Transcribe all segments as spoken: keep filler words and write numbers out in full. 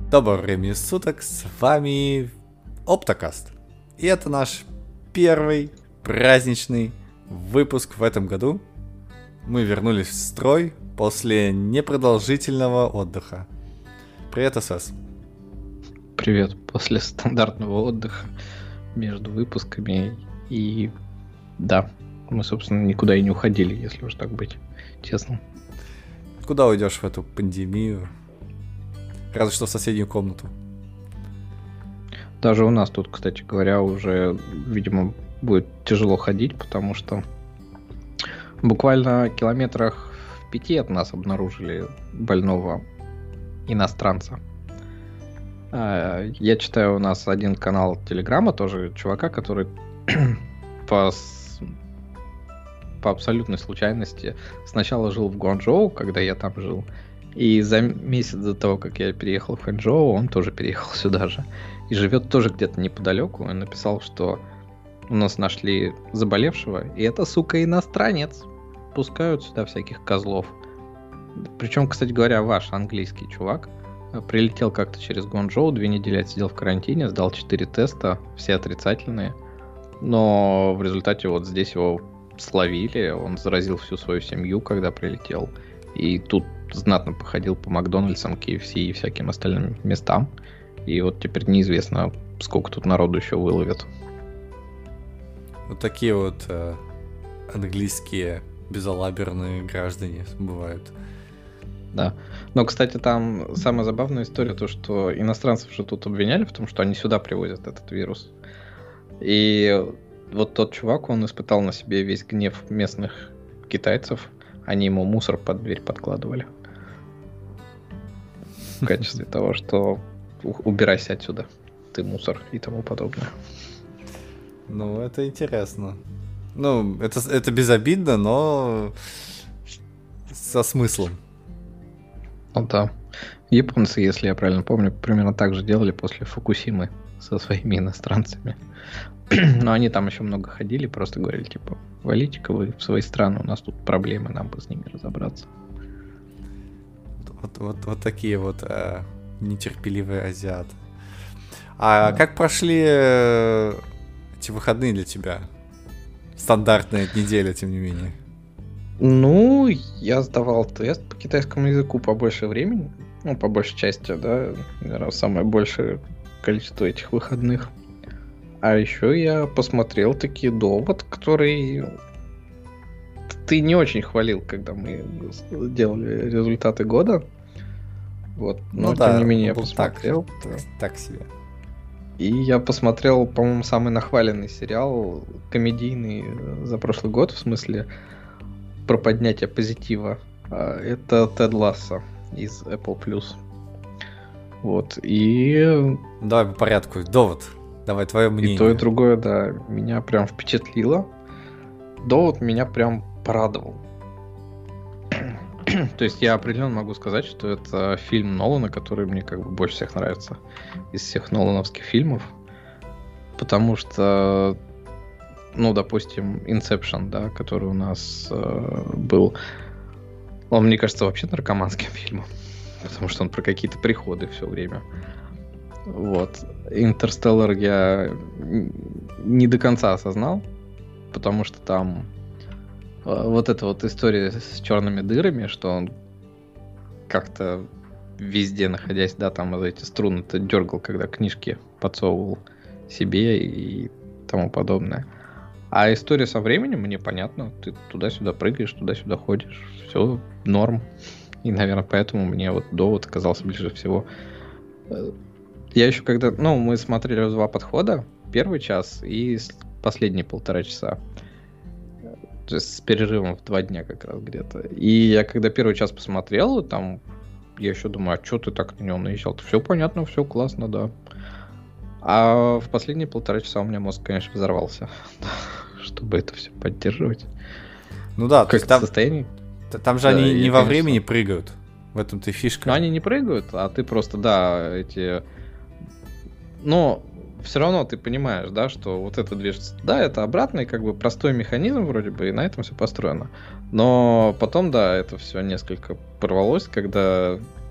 Доброго времени суток, с вами Оптокаст. И это наш первый праздничный выпуск в этом году. Мы вернулись в строй после непродолжительного отдыха. Привет, СС. Привет, после стандартного отдыха между выпусками. И да, мы, собственно, никуда и не уходили, если уж так быть честным. Куда уйдешь в эту пандемию? Разве что в соседнюю комнату. Даже у нас тут, кстати говоря, уже, видимо, будет тяжело ходить, потому что буквально километрах в пяти от нас обнаружили больного иностранца. Я читаю у нас один канал Телеграма, тоже чувака, который по, по абсолютной случайности сначала жил в Гуанчжоу, когда я там жил, и за месяц до того, как я переехал в Ханчжоу, он тоже переехал сюда же. И живет тоже где-то неподалеку. Он написал, что у нас нашли заболевшего, и это, сука, иностранец. Пускают сюда всяких козлов. Причем, кстати говоря, ваш английский чувак прилетел как-то через Гуанчжоу, две недели отсидел в карантине, сдал четыре теста, все отрицательные. Но в результате вот здесь его словили, он заразил всю свою семью, когда прилетел. И тут знатно походил по Макдональдсам, кей эф си и всяким остальным местам. И вот теперь неизвестно, сколько тут народу еще выловят. Вот такие вот э, английские безалаберные граждане бывают. Да. Но, кстати, там самая забавная история, то, что иностранцев же тут обвиняли в том, что они сюда привозят этот вирус. И вот тот чувак, он испытал на себе весь гнев местных китайцев. Они ему мусор под дверь подкладывали. В качестве того, что убирайся отсюда, ты мусор и тому подобное. Ну, это интересно. Ну, это, это безобидно, но со смыслом. Ну да. Японцы, если я правильно помню, примерно так же делали после Фукусимы со своими иностранцами. Но они там еще много ходили, просто говорили, типа, валите-ка вы в свои страны, у нас тут проблемы, нам бы с ними разобраться. Вот, вот, вот такие вот э, нетерпеливые азиаты. А да. Как прошли э, эти выходные для тебя? Стандартная неделя, тем не менее. Ну, я сдавал тест по китайскому языку побольше времени. Ну, по большей части, да. Наверное, самое большее количество этих выходных. А еще я посмотрел таки «Довод», который ты не очень хвалил, когда мы делали результаты года. Вот, но ну тем да, не менее я посмотрел. Так, так себе. И я посмотрел, по-моему, самый нахваленный сериал комедийный за прошлый год, в смысле про поднятие позитива. Это «Тед Лассо» из Apple плюс. Вот, и... Давай по порядку. «Довод». Давай твое мнение. И то, и другое, да, меня прям впечатлило. «Довод» меня прям порадовал. То есть я определенно могу сказать, что это фильм Нолана, который мне как бы больше всех нравится из всех нолановских фильмов. Потому что, ну, допустим, Inception, да, который у нас э, был, он, мне кажется, вообще наркоманским фильмом. Потому что он про какие-то приходы все время. Вот. Интерстеллар я не до конца осознал, потому что там вот эта вот история с черными дырами, что он как-то везде находясь, да, там эти струны-то дергал, когда книжки подсовывал себе и тому подобное. А история со временем мне понятна. Ты туда-сюда прыгаешь, туда-сюда ходишь. Все норм. И, наверное, поэтому мне вот «Довод» оказался ближе всего. Я еще когда... Ну, мы смотрели два подхода. Первый час и последние полтора часа. То есть с перерывом в два дня как раз где-то. И я когда первый час посмотрел, там я еще думаю, а что ты так на него наезжал? Все понятно, все классно, да. А в последние полтора часа у меня мозг, конечно, взорвался, чтобы это все поддерживать. Ну да, как там, состояние. Там же да, они не во конечно... времени прыгают. В этом-то и фишка. Ну, они не прыгают, а ты просто, да, эти... Но все равно ты понимаешь, да, что вот это движется. Да, это обратный, как бы простой механизм вроде бы, и на этом все построено. Но потом, да, это все несколько порвалось, когда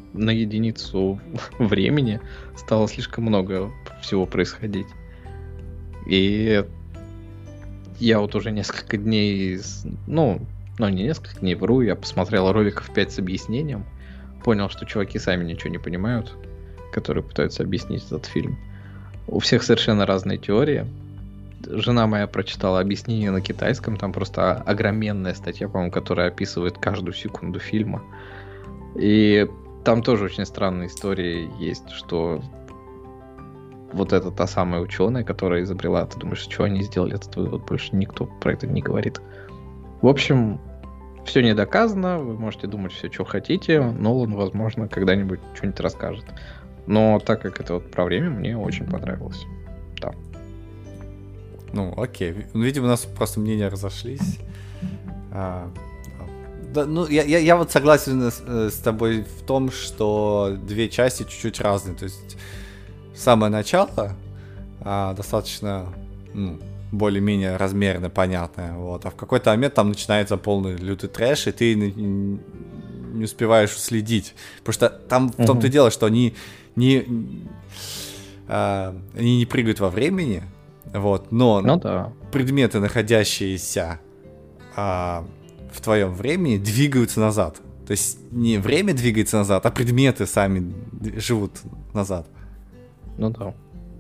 на единицу времени стало слишком много всего происходить. И я вот уже несколько дней, ну, ну не несколько дней, вру, я посмотрел роликов пять с объяснением, понял, что чуваки сами ничего не понимают, которые пытаются объяснить этот фильм. У всех совершенно разные теории. Жена моя прочитала объяснение на китайском, там просто огроменная статья, по-моему, которая описывает каждую секунду фильма. И там тоже очень странные истории есть, что вот это та самая ученая, которая изобрела, ты думаешь, что они сделали этот вывод, больше никто про это не говорит. В общем, все не доказано, вы можете думать все, что хотите, Нолан, возможно, когда-нибудь что-нибудь расскажет. Но так как это вот про время, мне очень понравилось. Да. Ну, окей. Видимо, у нас просто мнения разошлись. А, да, ну, я, я, я вот согласен с, с тобой в том, что две части чуть-чуть разные. То есть самое начало а, достаточно ну, более-менее размерно, понятное. Вот. А в какой-то момент там начинается полный лютый трэш, и ты не, не успеваешь следить. Потому что там в том-то и дело, что они не, а, они не прыгают во времени. Вот, но ну, да. предметы, находящиеся а, в твоем времени, двигаются назад. То есть не время двигается назад, а предметы сами живут назад. Ну да.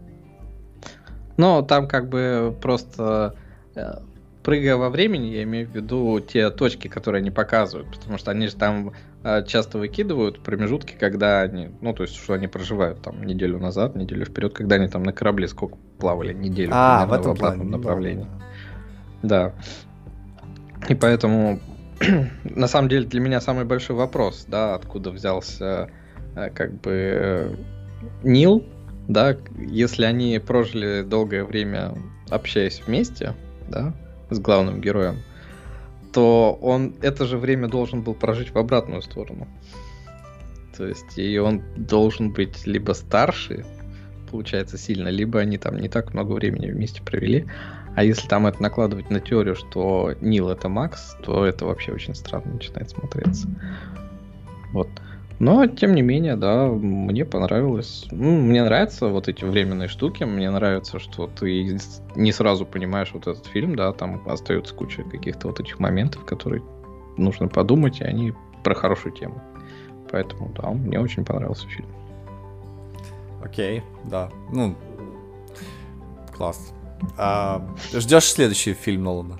Но там как бы просто прыгая во времени, я имею в виду те точки, которые они показывают, потому что они же там часто выкидывают промежутки, когда они, ну, то есть, что они проживают там неделю назад, неделю вперед, когда они там на корабле сколько плавали, неделю а, примерно в, этом в обратном плане, направлении. Да. да. И поэтому, на самом деле, для меня самый большой вопрос, да, откуда взялся как бы Нил, да, если они прожили долгое время, общаясь вместе, да, с главным героем, то он это же время должен был прожить в обратную сторону. То есть, и он должен быть либо старше, получается, сильно, либо они там не так много времени вместе провели. А если там это накладывать на теорию, что Нил это Макс, то это вообще очень странно начинает смотреться. Вот. Но, тем не менее, да, мне понравилось. Ну, мне нравятся вот эти временные штуки. Мне нравится, что ты не сразу понимаешь вот этот фильм, да, там остается куча каких-то вот этих моментов, которые нужно подумать, и они про хорошую тему. Поэтому, да, мне очень понравился фильм. Окей, да. Ну, класс. А, ждешь следующий фильм Нолана?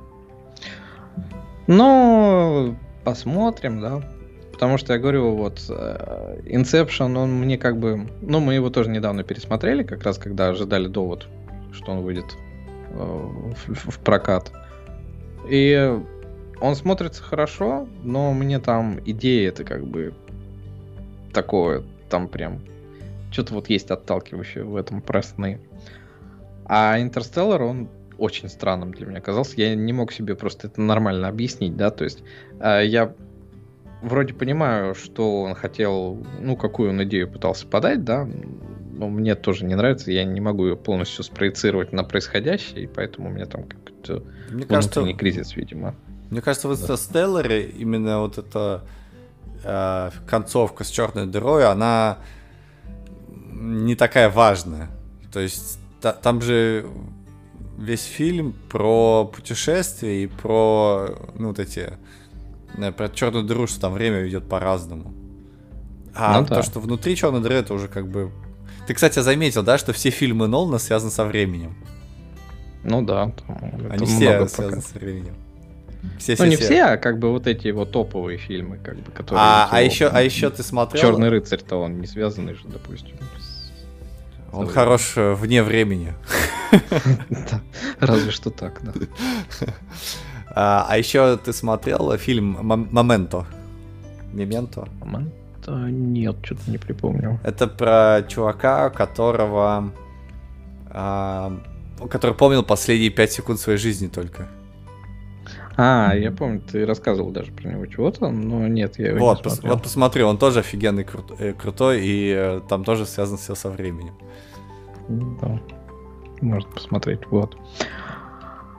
Ну, посмотрим, да. Потому что я говорю, вот Inception, он мне как бы... Ну, мы его тоже недавно пересмотрели, как раз когда ожидали довод, что он выйдет в, в, в прокат. И он смотрится хорошо, но мне там идея это как бы такое, там прям что-то вот есть отталкивающее в этом про сны. А Интерстеллар, он очень странным для меня оказался. Я не мог себе просто это нормально объяснить, да, то есть я вроде понимаю, что он хотел, ну, какую он идею пытался подать, да, но мне тоже не нравится, я не могу ее полностью спроецировать на происходящее, и поэтому у меня там какой-то мне внутренний кажется, кризис, видимо. Мне кажется, в Интерстелларе да. именно вот эта э, концовка с черной дырой, она не такая важная. То есть та, там же весь фильм про путешествия и про, ну, вот эти... Про черную дыру, что там время идет по-разному. А ну, то, да. что внутри черной дыры, это уже как бы... Ты, кстати, заметил, да, что все фильмы Нолана связаны со временем? Ну да. Они все связаны со временем. Все, ну все, не все. все, а как бы вот эти вот топовые фильмы, как бы, которые... А, а, еще, а еще ты смотрел... Черный рыцарь-то он не связанный же, допустим. Он хорош вне времени. Разве что так, да. А, а еще ты смотрел фильм «Моменто»? «Мементо»? «Моменто»? Нет, что-то не припомню. Это про чувака, которого... А, который помнил последние пять секунд своей жизни только. А, я помню, ты рассказывал даже про него чего-то, но нет, я его вот, не смотрел. Вот посмотри, он тоже офигенный, кру- э, крутой, и э, там тоже связано все со временем. Да, можно посмотреть, вот.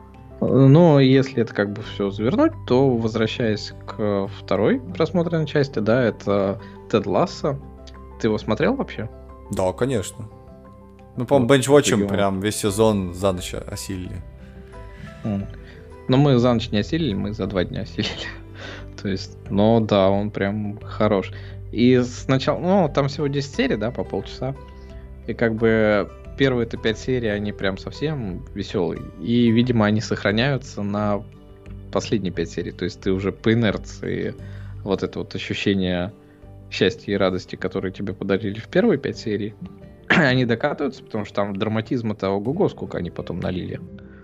Но если это как бы все завернуть, то возвращаясь к второй просмотренной части, да, это Тед Лассо. Ты его смотрел вообще? Да, конечно. Мы, по-моему, Вот, бенчвотчем регион. прям весь сезон за ночь осилили. М. Но мы за ночь не осилили, мы за два дня осилили. То есть, но да, он прям хорош. И сначала, ну, там всего десять серий, да, по полчаса. И как бы первые-то пять серий, они прям совсем веселые. И, видимо, они сохраняются на последние пять серий. То есть ты уже по инерции вот это вот ощущение счастья и радости, которые тебе подарили в первые пять серий, они докатываются, потому что там драматизма-то ого-го, сколько они потом налили.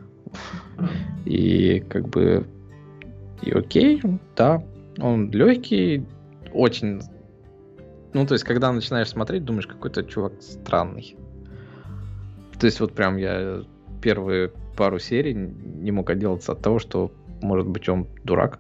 И как бы и окей, да, он легкий, очень... Ну, то есть, когда начинаешь смотреть, думаешь, какой-то чувак странный. То есть, вот прям я первые пару серий не мог отделаться от того, что, может быть, он дурак.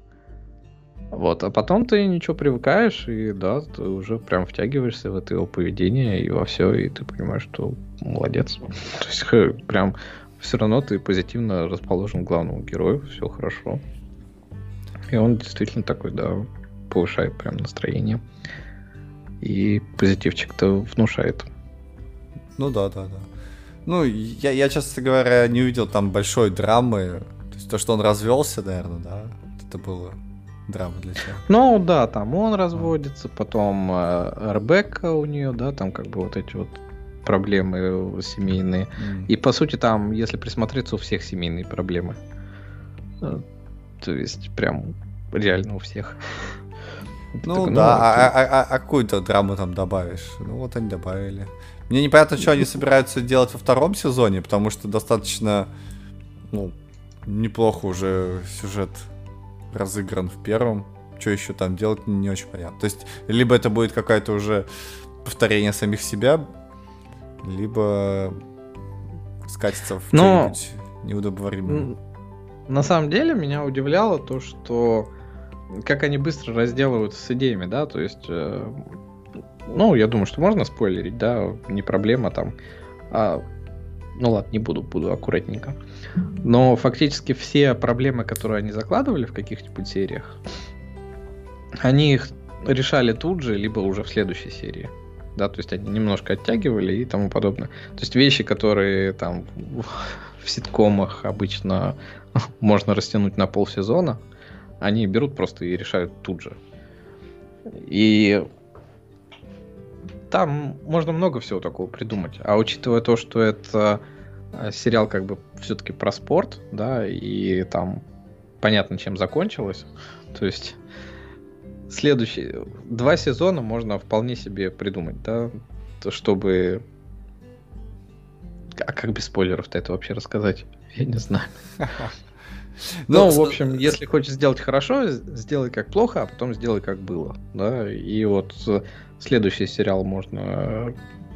Вот, а потом ты ничего привыкаешь, и да, ты уже прям втягиваешься в это его поведение и во все, и ты понимаешь, что молодец. То есть, х- прям все равно ты позитивно расположен к главному герою, все хорошо. И он действительно такой, да, повышает прям настроение. И позитивчик-то внушает. Ну да, да, да. Ну, я, я, честно говоря, не увидел там большой драмы. То есть то, что он развелся, наверное, да, это было драма для тебя. Ну да, там он разводится, потом э, Ребекка у нее, да, там как бы вот эти вот проблемы семейные. М. И по сути там, если присмотреться, у всех семейные проблемы. Э, То есть прям реально у всех. Ты Ну такой, да, окей. а, а- а- а какую-то драму там добавишь? Ну вот они добавили. Мне непонятно, что они собираются делать во втором сезоне, потому что достаточно, ну, неплохо уже сюжет разыгран в первом. Что еще там делать, не очень понятно. То есть, либо это будет какое-то уже повторение самих себя, либо скатиться в Но- что-нибудь неудобоваримое. М, На самом деле меня удивляло то, что как они быстро разделываются с идеями, да, то есть, э, ну, я думаю, что можно спойлерить, да, не проблема там. А, ну ладно, не буду, буду аккуратненько. Но фактически все проблемы, которые они закладывали в каких-нибудь сериях, они их решали тут же, либо уже в следующей серии. Да, то есть они немножко оттягивали и тому подобное. То есть вещи, которые там в, в ситкомах обычно можно растянуть на полсезона, они берут просто и решают тут же. И там можно много всего такого придумать. А учитывая то, что это э, сериал как бы все-таки про спорт, да, и там понятно, чем закончилось. То есть следующие два сезона можно вполне себе придумать, да, то, чтобы... А как без спойлеров-то это вообще рассказать? Я не знаю. Ну, в общем, если хочешь сделать хорошо, сделай как плохо, а потом сделай как было, да. И вот следующий сериал можно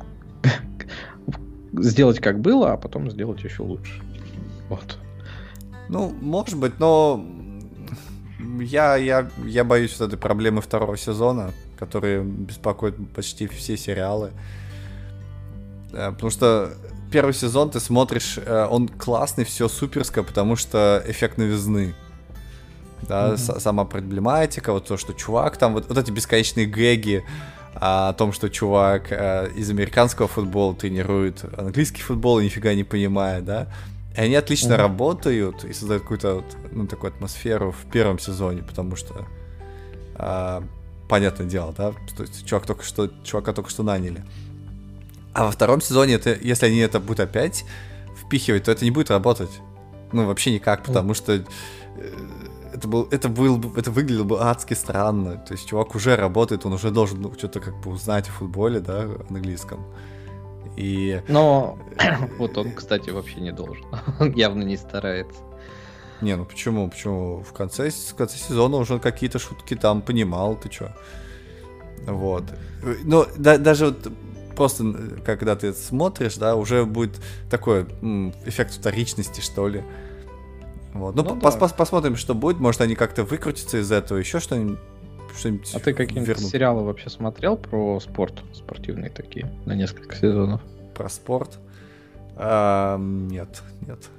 сделать как было, а потом сделать еще лучше. Вот. Ну, может быть, но я, я, я боюсь вот этой проблемы второго сезона, которые беспокоят почти все сериалы. Потому что первый сезон ты смотришь, он классный, все суперское, потому что эффект новизны. Да, mm-hmm. Сама проблематика, вот то, что чувак там, вот, вот эти бесконечные гэги о том, что чувак из американского футбола тренирует английский футбол и нифига не понимает, да. И они отлично mm-hmm. работают и создают какую-то вот, ну, такую атмосферу в первом сезоне, потому что а, понятное дело, да, то есть чувак только что, чувака только что наняли. А во втором сезоне, это, если они это будут опять впихивать, то это не будет работать. Ну, вообще никак, потому mm-hmm. что это, был, это, был, это выглядело бы адски странно. То есть чувак уже работает, он уже должен ну, что-то как бы узнать о футболе, да, английском. И... Но вот он, кстати, вообще не должен. Он явно не старается. Не, ну почему? Почему? В конце, в конце сезона уже какие-то шутки там понимал, ты чё? Вот. Ну, да, даже вот просто, когда ты это смотришь, да, уже будет такой м, эффект вторичности, что ли. Вот. Ну, ну пос- да. посмотрим, что будет. Может, они как-то выкрутятся из этого, еще что-нибудь. Что-нибудь а ты какие-нибудь вернут. Сериалы вообще смотрел про спорт? Спортивные такие, на несколько сезонов? Про спорт? А, нет, нет.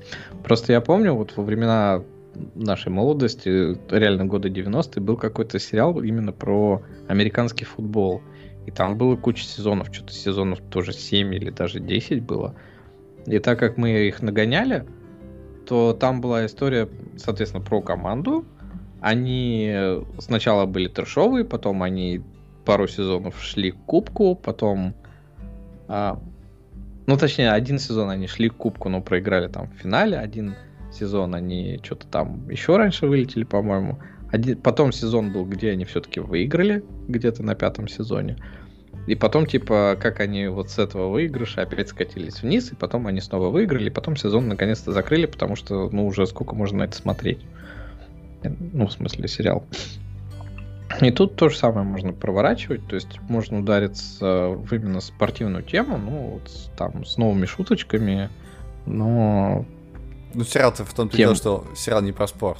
Просто я помню, вот во времена нашей молодости, реально года девяностые, был какой-то сериал именно про американский футбол. И там было куча сезонов, что-то сезонов тоже семь или даже десять было. И так как мы их нагоняли, то там была история, соответственно, про команду. Они сначала были трэшовые, потом они пару сезонов шли к кубку, потом... А, ну, точнее, один сезон они шли к кубку, но проиграли там в финале. Один сезон они что-то там еще раньше вылетели, по-моему. Один, потом сезон был, где они все-таки выиграли, где-то на пятом сезоне. И потом, типа, как они вот с этого выигрыша опять скатились вниз, и потом они снова выиграли, и потом сезон наконец-то закрыли, потому что, ну, уже сколько можно на это смотреть. Ну, в смысле, сериал. И тут то же самое можно проворачивать, то есть можно удариться в именно спортивную тему, ну, вот с- там, с новыми шуточками, но... Ну, сериал-то в том-то и Тем- дело, что сериал не про спорт.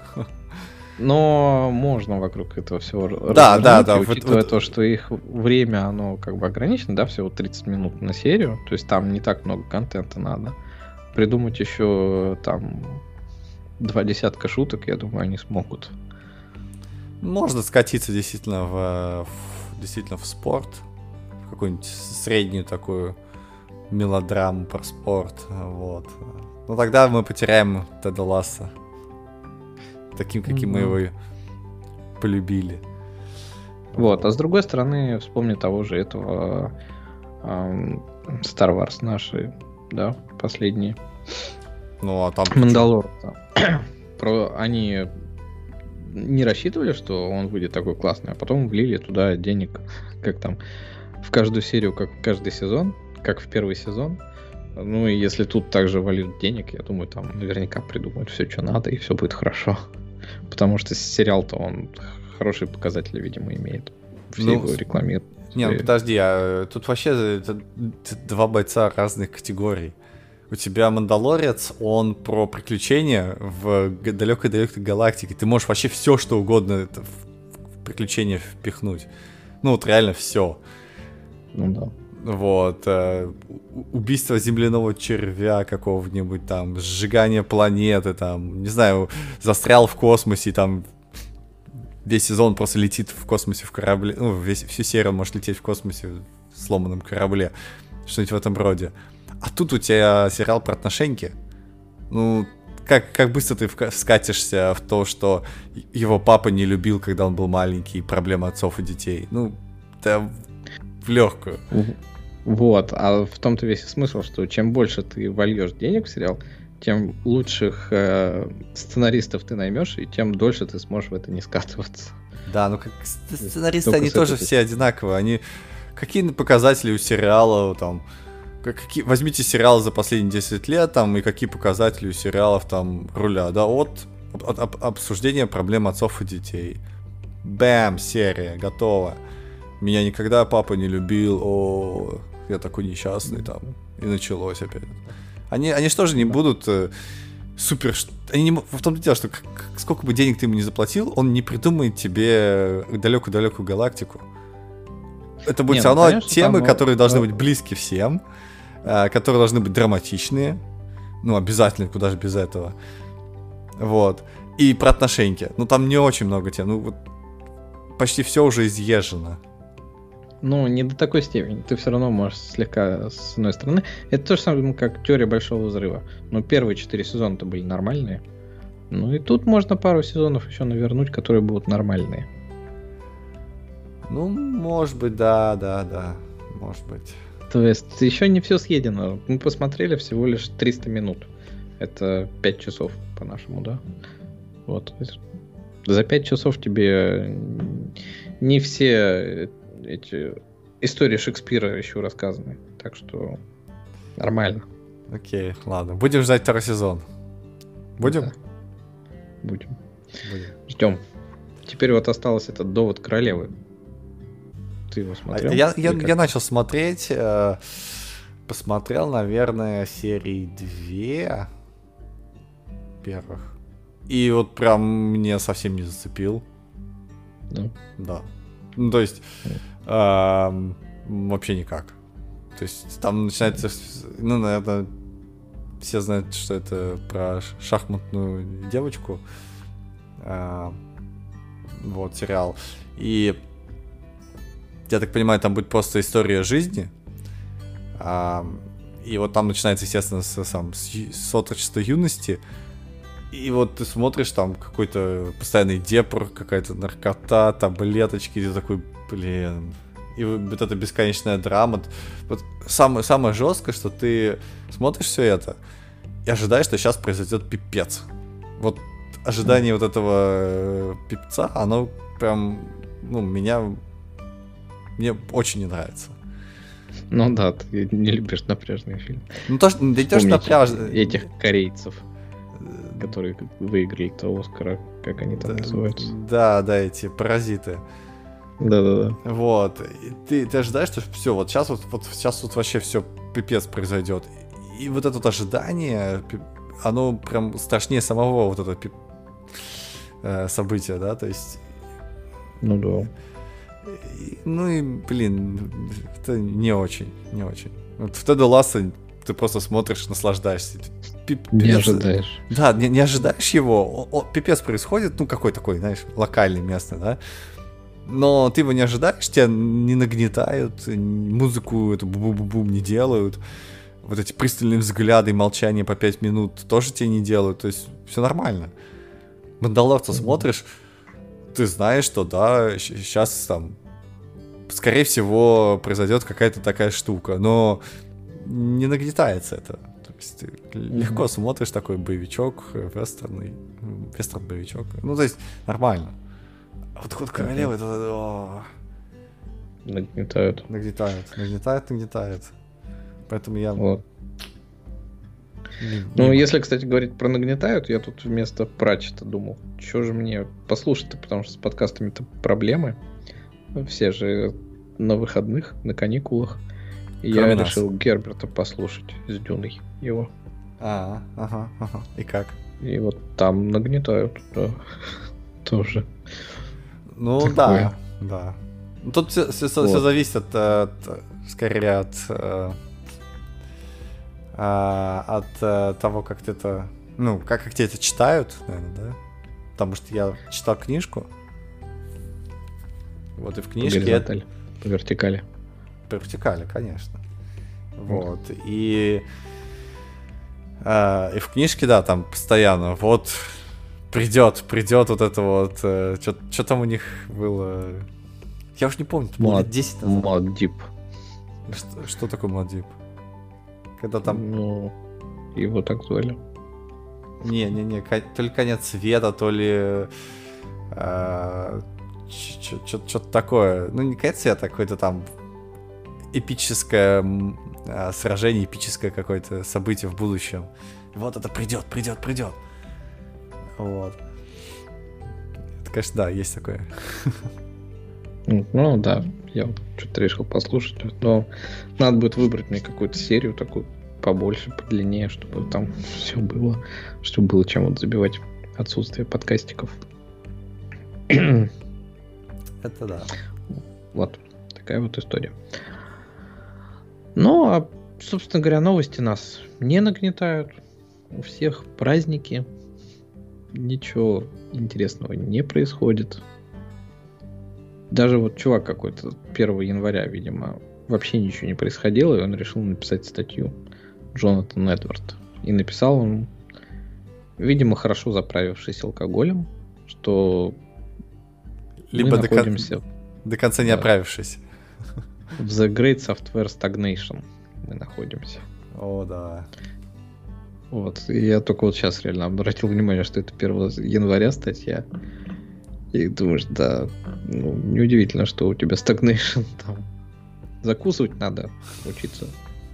Но можно вокруг этого всего Да, развернуть, да, да, и вот- учитывая вот- то, что их время, оно как бы ограничено, да, всего тридцать минут на серию, то есть там не так много контента надо. Придумать еще там два десятка шуток, я думаю, они смогут. Можно скатиться действительно в, в- действительно в спорт, в какую-нибудь среднюю такую мелодраму про спорт, вот. Но тогда мы потеряем Теда Ласса таким, каким мы Мгм. его полюбили. Вот, а с другой стороны, вспомни того же этого ам, Star Wars наши, да, последние. Ну, а там... Мандалор. там. Про они не рассчитывали, что он выйдет такой классный, а потом влили туда денег, как там, в каждую серию, как в каждый сезон, как в первый сезон. Ну и если тут также вольют денег, я думаю, там наверняка придумают все, что надо, и все будет хорошо. Потому что сериал-то он хорошие показатели, видимо, имеет. Все Ну, его рекламируют. Не, ну И- подожди, а тут вообще это д- два бойца разных категорий. У тебя Мандалорец, он про приключения в г- далекой-далекой галактике. Ты можешь вообще все, что угодно это в, в приключения впихнуть. Ну вот реально все. Ну да. Вот. э, у- убийство земляного червя какого-нибудь там, сжигание планеты там, не знаю, застрял в космосе и там весь сезон просто летит в космосе в корабле, ну, весь, всю серию может лететь в космосе в сломанном корабле, что-нибудь в этом роде. А тут у тебя сериал про отношеньки. Ну, как, как быстро ты вка- скатишься в то, что его папа не любил, когда он был маленький, и проблема отцов и детей. Ну, это в легкую. Вот, а в том-то весь и смысл, что чем больше ты вольешь денег в сериал, тем лучших э, сценаристов ты наймешь, и тем дольше ты сможешь в это не скатываться. Да, ну как сц- сценаристы, Только они с этой тоже точки. все одинаковые. Они какие показатели у сериала там. как- Какие, возьмите сериал за последние десять лет, там, и какие показатели у сериалов там руля, да, от, от- от обсуждения проблем отцов и детей. Бэм, серия, готово. Меня никогда папа не любил, о, я такой несчастный там. И началось опять. Они, они же тоже не будут э, супер... ш- Они не, м- в том-то и дело, что к- к- сколько бы денег ты ему не заплатил, он не придумает тебе далекую-далекую галактику. Это будет Не, все ну, равно конечно, темы, там, которые должны э, быть близки всем, э, которые должны быть драматичные. Ну, обязательно, куда же без этого. Вот. И про отношеньки. Ну, там не очень много тем. Ну, вот почти все уже изъезжено. Ну, не до такой степени. Ты все равно можешь слегка с одной стороны. Это то же самое, как теория большого взрыва. Но первые четыре сезона-то были нормальные. Ну и тут можно пару сезонов еще навернуть, которые будут нормальные. Ну, может быть, да, да, да. Может быть. То есть еще не все съедено. Мы посмотрели всего лишь триста минут. Это пять часов по-нашему, да? Вот. То есть за пять часов тебе не все эти истории Шекспира еще рассказаны. Так что нормально. Окей, ладно. Будем ждать второй сезон. Будем? Да. Будем. Будем. Ждем. Теперь вот осталось этот довод королевы. Ты его А смотрел? Я, я, Или как? я начал смотреть, э, посмотрел, наверное, серии две первых. И вот прям меня совсем не зацепил. Да. Да. Ну, то есть, эм, вообще никак. То есть, там начинается, с- ну, наверное, все знают, что это про шахматную девочку. А, вот, сериал. И я так понимаю, там будет просто история жизни. А, и вот там начинается, естественно, с, сам, с, с отрочества юности. И вот ты смотришь, там какой-то постоянный депр, какая-то наркота, таблеточки, и ты такой, блин. И вот эта бесконечная драма. Вот самое, самое жесткое, что ты смотришь все это и ожидаешь, что сейчас произойдет пипец. Вот ожидание mm. вот этого пипца, оно прям, ну, меня, мне очень не нравится. Ну да, ты не любишь напряжные фильмы. Ну то, что, да, то, что напряжные. Этих корейцев, которые выиграли того Оскара, как они там да, называются. Да, да, эти паразиты. Да-да-да. Вот. И ты, ты ожидаешь, что все, вот сейчас вот, вот сейчас вот вообще все пипец произойдет. И вот это вот ожидание, оно прям страшнее самого вот этого пип... э, события, да, то есть. Ну да. И, ну и, блин, это не очень, не очень. Вот в Теда Ласса ты просто смотришь, наслаждаешься. Пипец. Не ожидаешь. Да, не, не ожидаешь его. О, о, пипец происходит, ну какой такой, знаешь, локальный, местный, да. Но ты его не ожидаешь, тебя не нагнетают, музыку эту бу-бу-бум не делают, вот эти пристальные взгляды и молчание по пять минут тоже тебе не делают, то есть все нормально. Мандалорца mm-hmm. смотришь, ты знаешь, что да, сейчас там, скорее всего, произойдет какая-то такая штука, но не нагнетается это. То есть ты mm-hmm. легко смотришь такой боевичок, вестерный, вестерн-боевичок, ну то есть нормально. Вот ход королевы, это... О. Нагнетают. Нагнетают, нагнетают, нагнетают. Поэтому я... Вот. Не, ну, не... если, кстати, говорить про нагнетают, я тут вместо Пратчета думал, что же мне послушать-то, потому что с подкастами-то проблемы. Все же на выходных, на каникулах. И я нас. решил Герберта послушать с Дюной его. А, ага, ага. И как? И вот там нагнетают, да. Тоже. Ну такое. да, да. Тут все, все, вот. все зависит от, от скорее от, э, от э, того, как ты это, ну, как, как тебе это читают, наверное, да? Потому что я читал книжку. Вот и в книжке... По горизонтали, по вертикали. По вертикали, конечно. Вот. вот. И, э, и в книжке, да, там постоянно вот... Придет, придет вот это вот. Э, что там у них было? Я уж не помню, это было лет десять назад. Маддип. Что, что такое Маддип? Когда там. Ну, его так звали. Не-не-не, то ли конец света, то ли. Э, что-то такое. Ну, не конец света, какое-то там эпическое э, сражение, эпическое какое-то событие в будущем. Вот это придет, придет, придет. Вот. Это, конечно, да, есть такое. Ну, да, я что-то решил послушать, но надо будет выбрать мне какую-то серию такую побольше, подлиннее, чтобы там все было, чтобы было чем вот забивать отсутствие подкастиков. Это да. Вот, такая вот история. Ну, а, собственно говоря, новости нас не нагнетают. У всех праздники. Ничего интересного не происходит. Даже вот чувак какой-то первого января, видимо, вообще ничего не происходило, и он решил написать статью. Джонатан Эдвард. И написал он, видимо, хорошо заправившись алкоголем, что либо мы до, находимся... кон... до конца не да, оправившись. В The Great Software Stagnation мы находимся. О, да. Вот, и я только вот сейчас реально обратил внимание, что это первого января статья. И думаешь, да, ну, неудивительно, что у тебя stagnation там. Закусывать надо, учиться.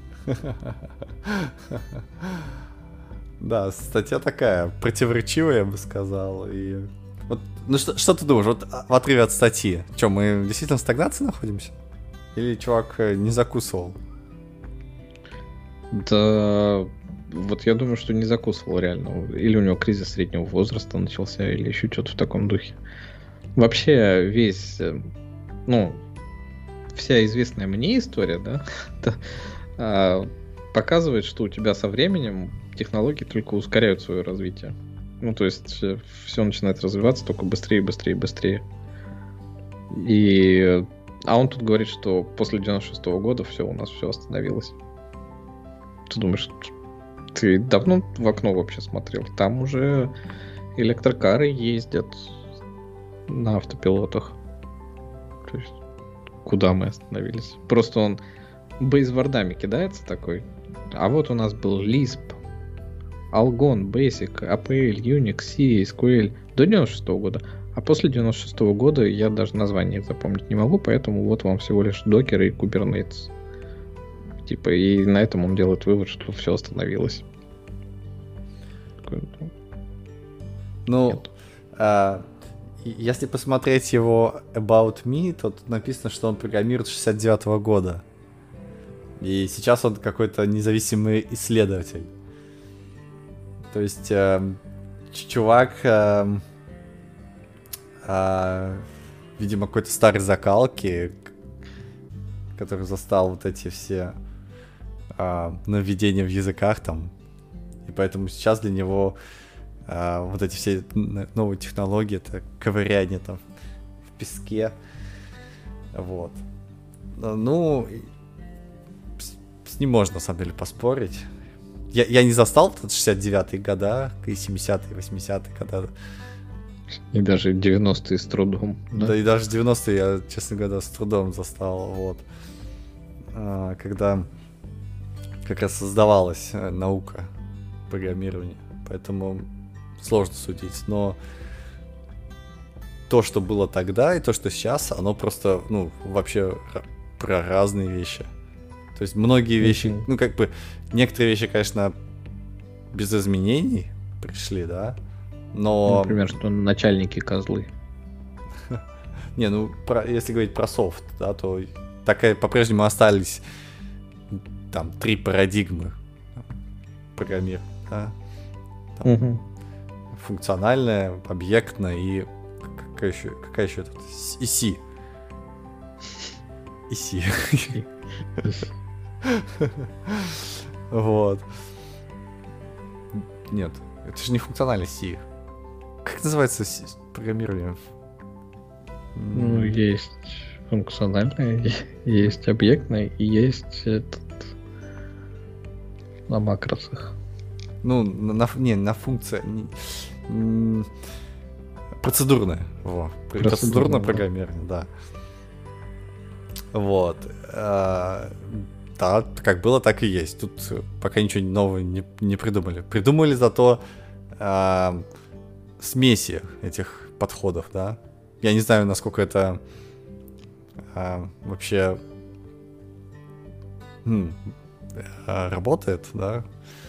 Да, статья такая, противоречивая, я бы сказал. И... Вот, ну что, что ты думаешь, вот в отрыве от статьи? Что, мы действительно в стагнации находимся? Или чувак не закусывал? Да... Вот я думаю, что не закусывал реально. Или у него кризис среднего возраста начался, или еще что-то в таком духе. Вообще весь, ну, вся известная мне история, да, показывает, что у тебя со временем технологии только ускоряют свое развитие. Ну, то есть все начинает развиваться только быстрее, быстрее, быстрее. И... А он тут говорит, что после девяносто шестого года все, у нас все остановилось. Ты думаешь, ты давно в окно вообще смотрел? Там уже электрокары ездят на автопилотах. То есть, куда мы остановились? Просто он бейсвордами кидается такой. А вот у нас был Lisp, Algon, Basic, эй пи эл, Unix, C, эс кью эль до девяносто шестого года. А после девяносто шестого года я даже название запомнить не могу, поэтому вот вам всего лишь Docker и Kubernetes. Типа, и на этом он делает вывод, что все остановилось. Ну, а, если посмотреть его About Me, то тут написано, что он программирует с шестьдесят девятого года. И сейчас он какой-то независимый исследователь. То есть, э, чувак, э, э, видимо, какой-то старой закалки, который застал вот эти все э, нововведения в языках там. И поэтому сейчас для него э, вот эти все новые технологии, это ковыряние там в песке. Вот. Ну... С ним можно, на самом деле, поспорить. Я, я не застал шестьдесят девятые года, и семидесятые, восьмидесятые года. И даже девяностые с трудом. Да, да и даже девяностые я, честно говоря, с трудом застал. Вот. А, когда как раз создавалась наука программирования. Поэтому сложно судить. Но то, что было тогда, и то, что сейчас, оно просто, ну, вообще про разные вещи. То есть многие вещи, mm-hmm. ну как бы, некоторые вещи, конечно, без изменений пришли, да, но... Например, что начальники козлы. Не, ну, про, если говорить про софт, да, то такая по-прежнему остались там три парадигмы программирования, да. Там, mm-hmm. функциональная, объектная и какая еще, какая еще тут? И C. И C. Вот. Нет, это же не функциональный C. Как называется программирование? Ну, есть функциональное, есть объектное и есть этот на макросах. Ну, на, не, на функция. Не, процедурное. Во. Процедурное, процедурное программирование, да. Вот. А, да, как было, так и есть. Тут пока ничего нового не, не придумали. Придумали зато а, смеси этих подходов, да. Я не знаю, насколько это а, вообще м, а, работает, да.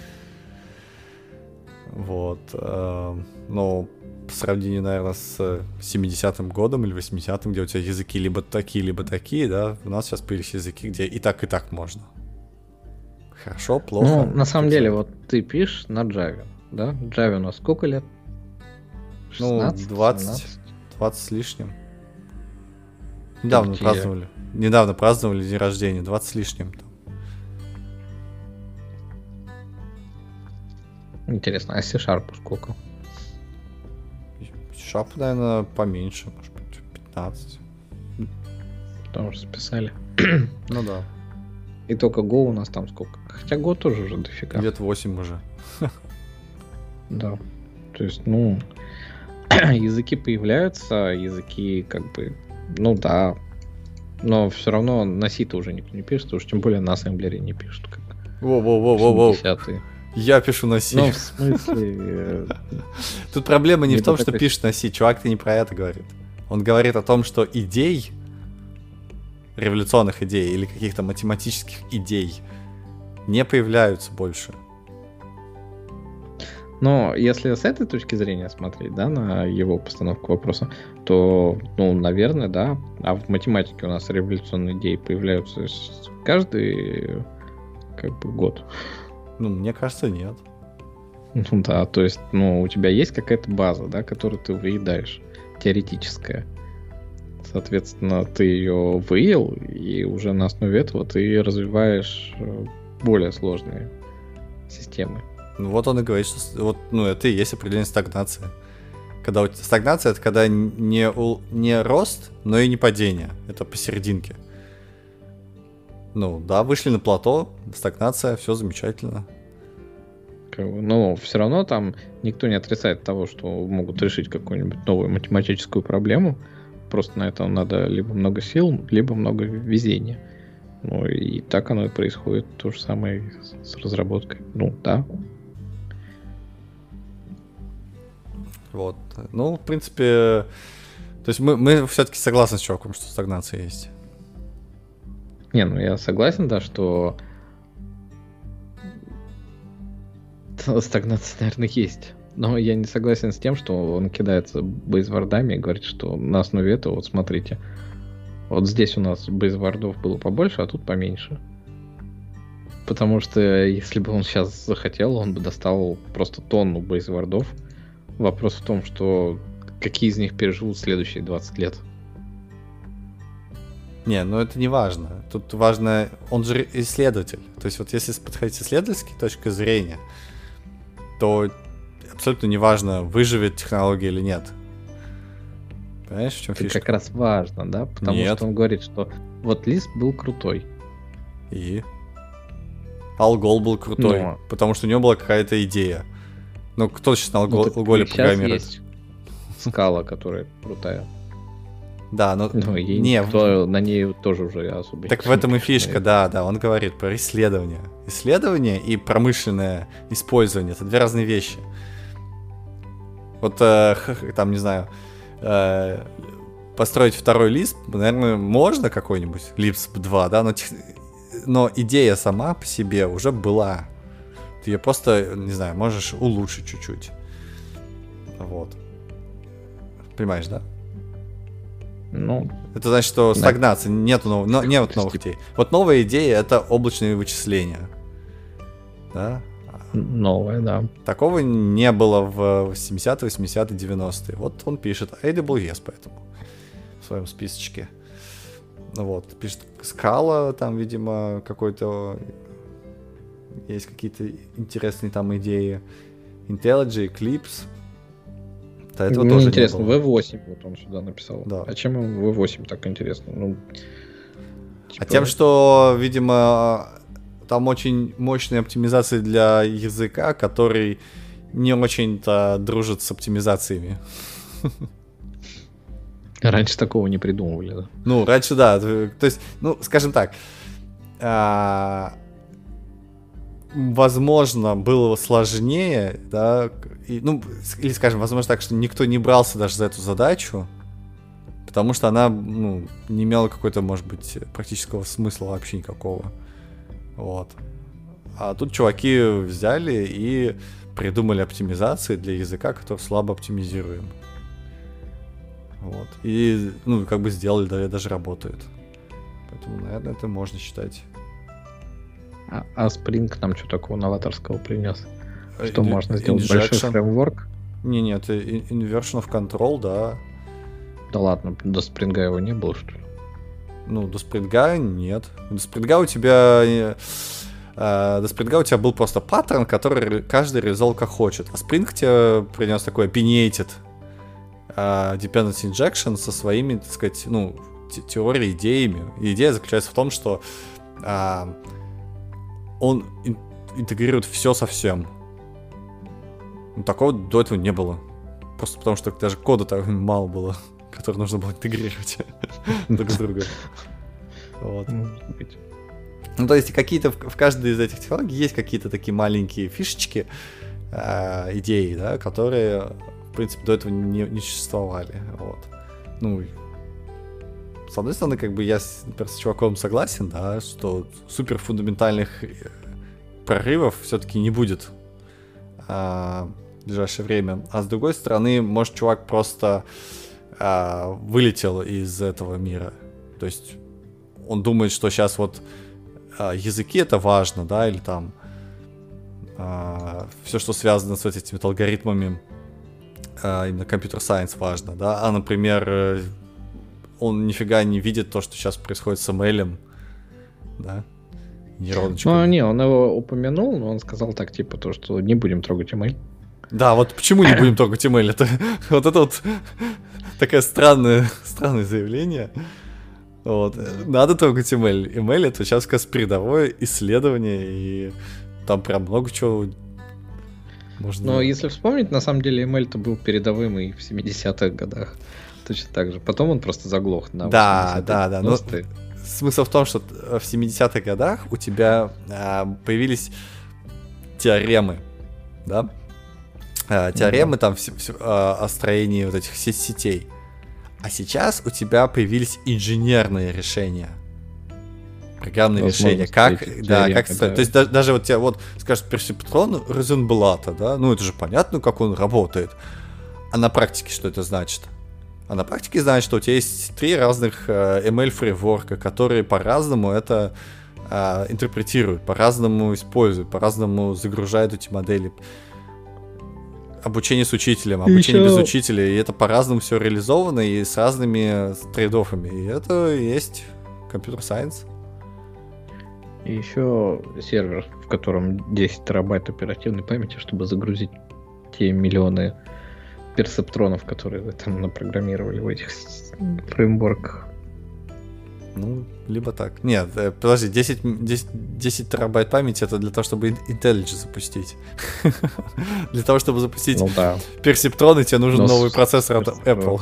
Вот. А, но по сравнению, наверное, с семидесятым годом или восьмидесятым, где у тебя языки либо такие, либо такие, да, у нас сейчас появились языки, где и так, и так можно. Хорошо, плохо. Ну, на самом деле, вот ты пишешь на Java, да? Java у нас сколько лет? шестнадцать, ну, двадцать, двадцать с лишним. Недавно Где? праздновали. Недавно праздновали день рождения, двадцать с лишним. Интересно, а C-Sharp сколько? C-Sharp, наверное, поменьше, может быть, пятнадцать. Потому что списали. Ну да. И только Go у нас там сколько? Хотя Go тоже уже дофига. Лет восемь уже. Да. То есть, ну, языки появляются, языки как бы, ну да, но все равно на C-то уже никто не пишет, уж тем более на ассемблере не пишут. Как Воу-воу-воу-воу-воу. Я пишу на C. Ну, в смысле... Тут проблема не в том, что пишет на C. Чувак-то не про это говорит. Он говорит о том, что идей, революционных идей или каких-то математических идей не появляются больше. Но если с этой точки зрения смотреть, да, на его постановку вопроса, то, ну, наверное, да. А в математике у нас революционные идеи появляются каждый, как бы, год. Ну, мне кажется, нет. Ну да, то есть, ну, у тебя есть какая-то база, да, которую ты выедаешь, теоретическая. Соответственно, ты ее выел, и уже на основе этого ты развиваешь более сложные системы. Ну вот он и говорит, что вот, ну, это и есть определенная стагнация. Когда у тебя стагнация, это когда не, у, не рост, но и не падение. Это посерединке. Ну, да, вышли на плато, стагнация, все замечательно. Но все равно там никто не отрицает того, что могут решить какую-нибудь новую математическую проблему. Просто на это надо либо много сил, либо много везения. Ну и так оно и происходит. То же самое с разработкой. Ну, да. Вот. Ну, в принципе, то есть мы, мы все-таки согласны с чуваком, что стагнация есть. Не, ну я согласен, да, что стагнация, наверное, есть. Но я не согласен с тем, что он кидается бейсвардами и говорит, что на основе этого, вот смотрите, вот здесь у нас бейсвардов было побольше, а тут поменьше. Потому что если бы он сейчас захотел, он бы достал просто тонну бейсвардов. Вопрос в том, что какие из них переживут следующие двадцать лет. Не, ну это не важно. Тут важно, он же исследователь. То есть вот если подходить с исследовательской точки зрения, то абсолютно не важно, выживет технология или нет. Понимаешь, в чем это фишка? Как раз важно, да? Потому нет. что он говорит, что вот Лисп был крутой. И? Алгол был крутой, Но... потому что у него была какая-то идея. Ну, кто сейчас на Алголе ну, программирует? Есть скала, которая крутая. Да, но ну, и не, никто на ней тоже уже особо. Так в этом и фишка, да, да. Он говорит про исследование. Исследование и промышленное использование — это две разные вещи. Вот э, там, не знаю, э, построить второй Lisp, наверное, можно какой-нибудь, Lisp два, да, но, тех... но идея сама по себе уже была. Ты ее просто, не знаю, можешь улучшить чуть-чуть. Вот. Понимаешь, да? Ну, это значит, что да. стагнация, нету новых, но, нет новых идей. Вот новая идея — это облачные вычисления. Да? Новая, да. Такого не было в семидесятые, восьмидесятые, девяностые. Вот он пишет эй дабл ю эс поэтому в своем списочке. Вот, пишет Scala, там, видимо, какой-то есть какие-то интересные там идеи. IntelliJ, Eclipse. Да, этого Мне тоже интересно, не было. ви восемь вот он сюда написал. Да. А чем ему ви восемь так интересно? Ну, типа... А тем, что, видимо, там очень мощная оптимизация для языка, который не очень-то дружит с оптимизациями. Раньше такого не придумывали, да? Ну, раньше, да. То есть, ну, скажем так, а... возможно, было сложнее, да, и, ну, или, скажем, возможно так, что никто не брался даже за эту задачу, потому что она, ну, не имела какой-то, может быть, практического смысла вообще никакого. Вот. А тут чуваки взяли и придумали оптимизации для языка, который слабо оптимизируем. Вот. И, ну, как бы сделали, да, даже работает. Поэтому, наверное, это можно считать. А, а Spring там что такого новаторского принес? Что In- можно сделать? injection. Большой фреймворк? Не, нет, это inversion of control, да. Да ладно, до Spring его не было, что ли? Ну, до Spring нет. До Spring у тебя... Э, до Spring у тебя был просто паттерн, который каждый резол как хочет. А Spring тебе принес такой opinionated э, dependency injection со своими, так сказать, ну, те- теорией, идеями. И идея заключается в том, что э, он ин- интегрирует все со всем. Ну, такого до этого не было. Просто потому, что даже кода так мало было, который нужно было интегрировать друг с другом. Вот. Ну, то есть какие-то в каждой из этих технологий есть какие-то такие маленькие фишечки, идеи, да, которые, в принципе, до этого не, не существовали. Вот. Ну, с одной стороны, как бы я, например, с чуваком согласен, да, что супер фундаментальных прорывов все-таки не будет а, в ближайшее время. А с другой стороны, может, чувак просто а, вылетел из этого мира. То есть он думает, что сейчас вот а, языки это важно, да, или там а, все, что связано с этими алгоритмами, а, именно компьютер-сайенс важно, да. А, например, он нифига не видит то, что сейчас происходит с эм эл, да. нейроночками. Ну, не, он его упомянул, но он сказал так, типа, то, что не будем трогать email. Да, вот почему не будем трогать email? Это, вот это вот такое странное, странное заявление. Вот. Надо трогать email. Email — это сейчас как раз передовое исследование, и там прям много чего можно... Но если вспомнить, на самом деле email-то был передовым и в семидесятых годах. Точно так же. Потом он просто заглох на Да, да, да. Но смысл в том, что в семидесятых годах у тебя а, появились теоремы, да? А, теоремы mm-hmm. там в, в, а, о строении вот этих сетей. А сейчас у тебя появились инженерные решения. Программные решения. Как, да, как строить. Да. То есть даже, даже вот тебе вот скажут персептрон Розенблата, да? Ну это же понятно, как он работает. А на практике что это значит? А на практике значит, что у тебя есть три разных э, эм эл-фреймворка, которые по-разному это э, интерпретируют, по-разному используют, по-разному загружают эти модели. Обучение с учителем, обучение еще... без учителя, и это по-разному все реализовано и с разными трейд-оффами. И это и есть компьютер-сайенс. И еще сервер, в котором десять терабайт оперативной памяти, чтобы загрузить те миллионы персептронов, которые вы там напрограммировали в этих фреймворках. Ну, либо так. Нет, подожди, десять, десять, десять терабайт памяти — это для того, чтобы IntelliJ запустить. Для того, чтобы запустить ну, да. персептроны, тебе нужен Но новый с... процессор от Apple.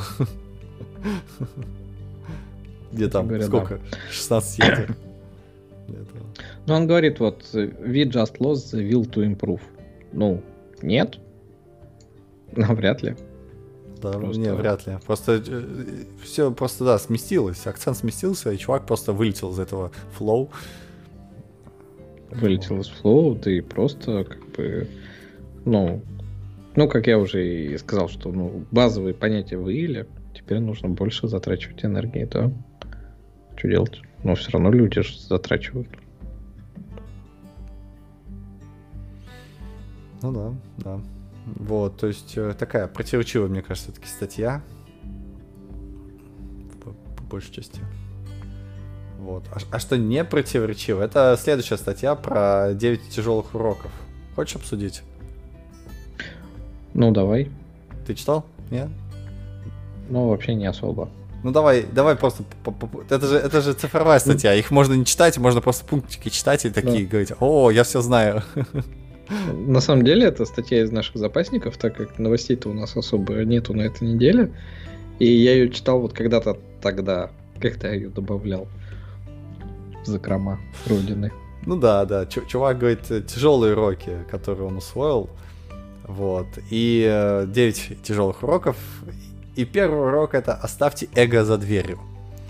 Где там? Говоря, сколько? Да. шестнадцать ядер. Ну, он говорит, вот, we just lost the will to improve. Ну, нет. Ну, вряд ли. Да, просто... не, вряд ли. Просто все просто, да, сместилось. Акцент сместился, и чувак просто вылетел из этого флоу. Вылетел из флоу, да и просто, как бы, ну, ну, как я уже и сказал, что, ну, базовые понятия выявили, теперь нужно больше затрачивать энергии, да. Что делать? Но все равно люди же затрачивают. Ну да, да. Вот, то есть такая противоречивая, мне кажется, все-таки статья. По, по большей части. Вот. А, а что не противоречиво? Это следующая статья про девять тяжелых уроков. Хочешь обсудить? Ну, давай. Ты читал? Нет? Ну, вообще не особо. Ну, давай, давай просто... Это же, это же цифровая статья. Их можно не читать, можно просто пунктики читать и такие да. говорить: о, я все знаю. На самом деле, это статья из наших запасников, так как новостей-то у нас особо нету на этой неделе. И я ее читал вот когда-то тогда, когда я ее добавлял в закрома Родины. Ну да, да. Чувак говорит, тяжелые уроки, которые он усвоил. Вот. И девять тяжелых уроков. И первый урок — это оставьте эго за дверью.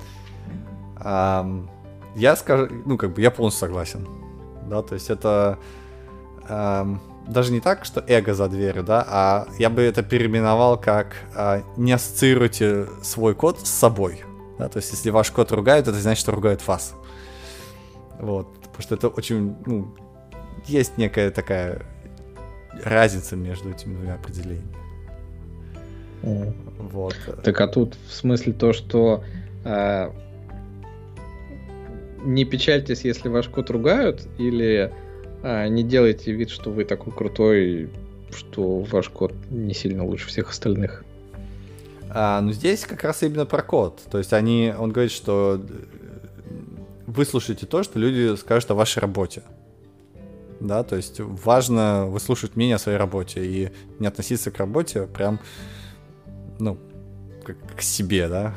Я скажу, ну как бы я полностью согласен. Да, то есть это... Эм, даже не так, что эго за дверью, да, а я бы это переименовал как э, не ассоциируйте свой код с собой. Да, то есть, если ваш код ругают, это значит, что ругают вас. Вот. Потому что это очень, ну, есть некая такая разница между этими двумя определениями. Mm. Вот. Так а тут в смысле то, что э, не печальтесь, если ваш код ругают, или А, не делайте вид, что вы такой крутой, что ваш код не сильно лучше всех остальных. А, ну здесь как раз именно про код. То есть они, он говорит, что вы слушаете то, что люди скажут о вашей работе. Да, то есть важно выслушивать мнение о своей работе и не относиться к работе прям, ну, как к себе, да.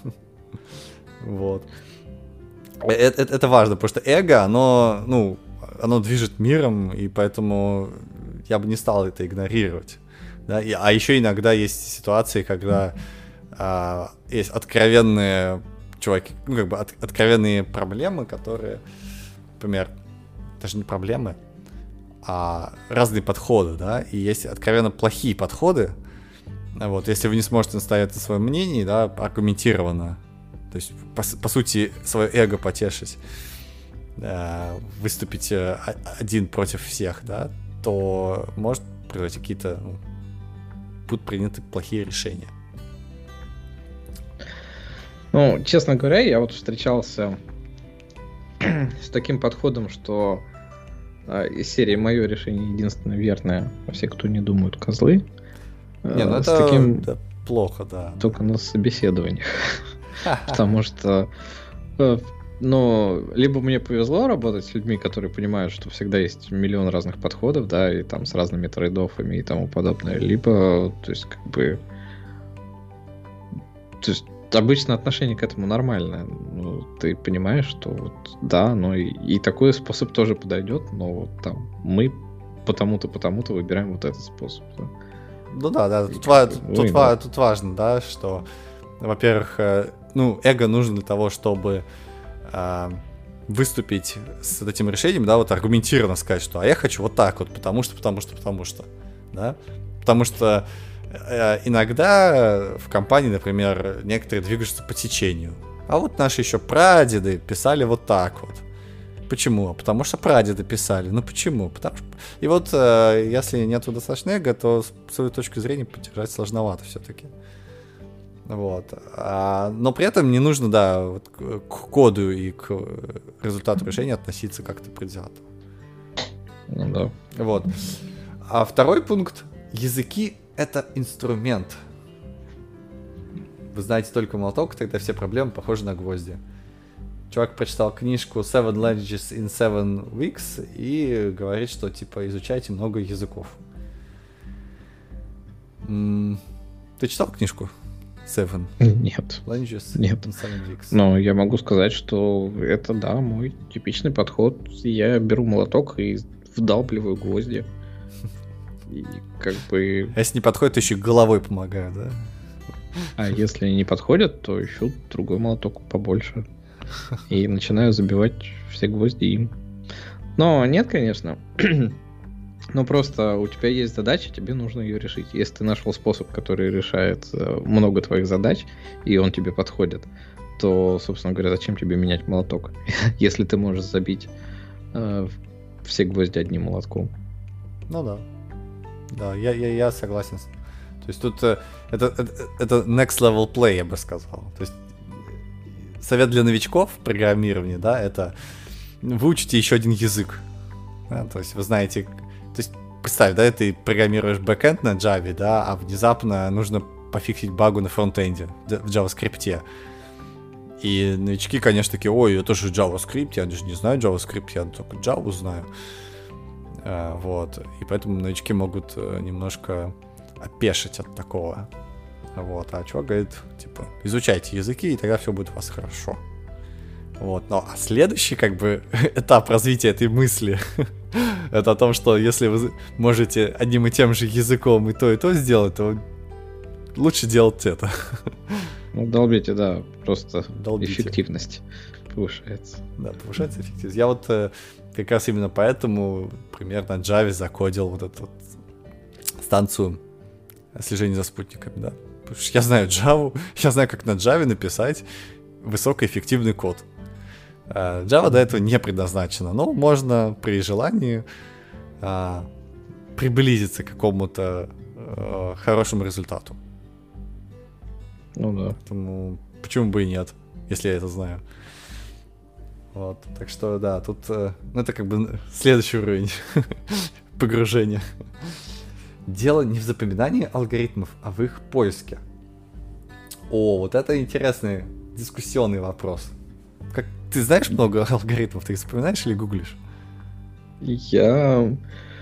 Вот. Это, это, это важно, потому что эго, оно, ну, оно движет миром, и поэтому я бы не стал это игнорировать. Да? И, а еще иногда есть ситуации, когда а, есть откровенные чуваки, ну, как бы от, откровенные проблемы, которые, например, даже не проблемы, а разные подходы, да, и есть откровенно плохие подходы. Вот, если вы не сможете настоять на своем мнении, да, аргументированно, то есть, по, по сути, свое эго потешить, выступить один против всех, да, то может произойти какие-то, ну, будут приняты плохие решения. Ну, честно говоря, я вот встречался с таким подходом, что э, из серии «Мое решение единственное верное», а все, кто не думают, козлы. Э, Не, ну с это таким да, плохо, да. только на собеседованиях. Потому что, э, ну, либо мне повезло работать с людьми, которые понимают, что всегда есть миллион разных подходов, да, и там с разными трейд-оффами и тому подобное, либо, то есть, как бы, то есть, обычно отношение к этому нормальное. Ну, ты понимаешь, что вот, да, но и, и такой способ тоже подойдет, но вот там мы потому-то, потому-то выбираем вот этот способ. Да. Ну да, да, И тут, как ва- бы, тут, ну и ва- да. тут важно, да, что, во-первых, э, ну, эго нужно для того, чтобы э, выступить с этим решением, да, вот аргументированно сказать, что а я хочу вот так вот, потому что, потому что, потому что, да, потому что э, иногда в компании, например, некоторые двигаются по течению, а вот наши еще прадеды писали вот так вот. Почему? Потому что прадеды писали. Ну почему? Потому что... И вот, э, если нету достаточно эго, то свою точку зрения поддержать сложновато все-таки. Вот. А, но при этом не нужно, да, вот к, к коду и к результату решения относиться как-то предвзято. Ну да. Вот. А второй пункт. Языки — это инструмент. Вы знаете только молоток, тогда все проблемы похожи на гвозди. Чувак прочитал книжку Seven Languages in Seven Weeks и говорит, что типа изучайте много языков. М- Ты читал книжку Seven Нет. Languages Нет. in Seven Weeks? Но я могу сказать, что это, да, мой типичный подход. Я беру молоток и вдалбливаю гвозди. И как бы... А если не подходит, то еще головой помогаю, да? А если не подходят, то ищу другой молоток побольше. И начинаю забивать все гвозди им. Но нет, конечно. Но просто у тебя есть задача, тебе нужно ее решить. Если ты нашел способ, который решает много твоих задач, и он тебе подходит, то, собственно говоря, зачем тебе менять молоток, если ты можешь забить э, все гвозди одним молотком? Ну да. Да, я, я, я согласен. То есть тут э, это, это, это next level play, я бы сказал. То есть совет для новичков в программировании, да, это выучите еще один язык. Да, то есть вы знаете, то есть представь, да, ты программируешь бэкэнд на Java, да, а внезапно нужно пофиксить багу на фронтенде в JavaScript. И новички, конечно, такие, ой, это же JavaScript, я даже не знаю JavaScript, я только Java знаю. А, вот, и поэтому новички могут немножко опешить от такого. Вот, а чувак говорит, типа, изучайте языки, и тогда все будет у вас хорошо. Вот, но а следующий, как бы, этап развития этой мысли, это о том, что если вы можете одним и тем же языком и то, и то сделать, то лучше делать это. Ну, долбите, да, просто Долбите. Эффективность повышается. Да, повышается эффективность. Я вот э, как раз именно поэтому примерно на Java закодил вот эту вот станцию слежения за спутниками, да. Потому что я знаю Java, я знаю, как на Java написать высокоэффективный код. А Java до этого не предназначена, но можно при желании а, приблизиться к какому-то а, хорошему результату. Ну да. Поэтому почему бы и нет, если я это знаю. Вот, так что да, тут ну, это как бы следующий уровень погружения. Дело не в запоминании алгоритмов, а в их поиске. О, вот это интересный дискуссионный вопрос. Как, ты знаешь много алгоритмов, ты их запоминаешь или гуглишь? Я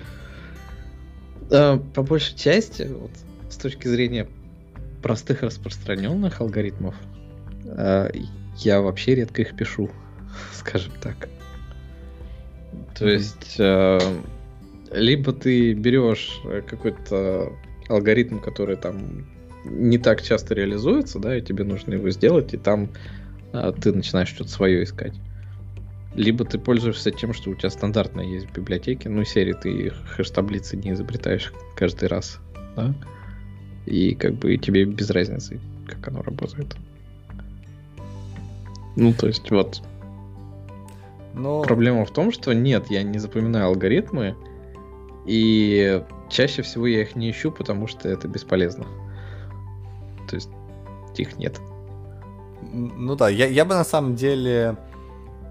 э, по большей части, вот, с точки зрения простых распространенных алгоритмов, э, я вообще редко их пишу, скажем так. То mm-hmm. есть э, либо ты берешь какой-то алгоритм, который там не так часто реализуется, да, и тебе нужно его сделать, и там а, ты начинаешь что-то свое искать. Либо ты пользуешься тем, что у тебя стандартная есть в библиотеке, ну, серии ты хэш-таблицы не изобретаешь каждый раз, да, и как бы тебе без разницы, как оно работает. Ну, то есть, вот. Но... Проблема в том, что нет, я не запоминаю алгоритмы, и чаще всего я их не ищу, потому что это бесполезно. То есть их нет. Ну да, я, я бы на самом деле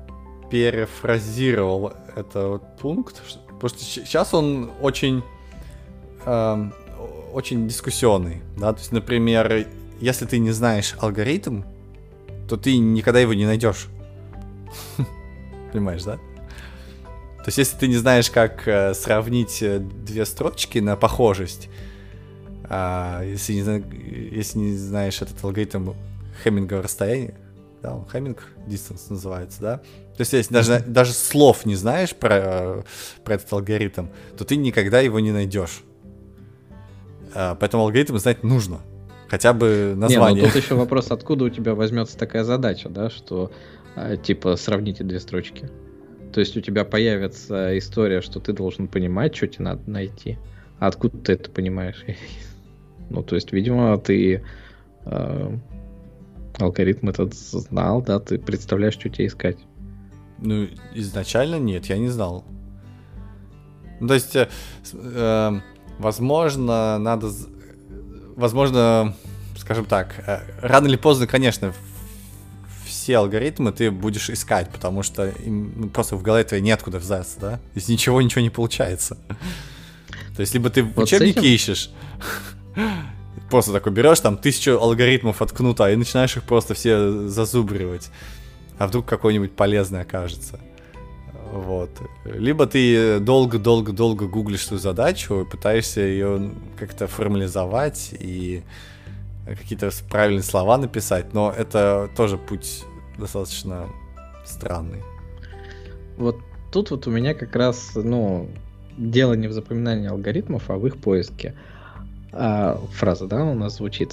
перефразировал этот пункт, потому что сейчас он очень, э, очень дискуссионный, да, то есть, например, если ты не знаешь алгоритм, то ты никогда его не найдешь. Понимаешь, да? То есть, если ты не знаешь, как э, сравнить две строчки на похожесть, э, если, не, если не знаешь этот алгоритм Хеммингового расстояния, да, он Хемминг дистанс называется, да? То есть, если даже, даже слов не знаешь про, про этот алгоритм, то ты никогда его не найдешь. Э, поэтому алгоритм знать нужно. Хотя бы название. Не, ну тут еще вопрос, откуда у тебя возьмется такая задача, да, что э, типа сравните две строчки. То есть у тебя появится история, что ты должен понимать, что тебе надо найти. А откуда ты это понимаешь? Ну, то есть, видимо, ты э, алгоритм этот знал, да, ты представляешь, что тебе искать. Ну, изначально нет, я не знал. Ну, то есть, э, э, возможно, надо... Возможно, скажем так, э, рано или поздно, конечно, все алгоритмы ты будешь искать, потому что им, ну, просто в голове твоей неоткуда взяться, да? Из ничего ничего не получается. То есть, либо ты в вот учебнике этим... ищешь, просто такой берешь там тысячу алгоритмов от кнута и начинаешь их просто все зазубривать. А вдруг какой-нибудь полезный окажется. Вот. Либо ты долго-долго-долго гуглишь свою задачу, пытаешься ее как-то формализовать и какие-то правильные слова написать, но это тоже путь достаточно странный. Вот тут вот у меня как раз, ну, дело не в запоминании алгоритмов, а в их поиске. А, фраза, да, у нас звучит.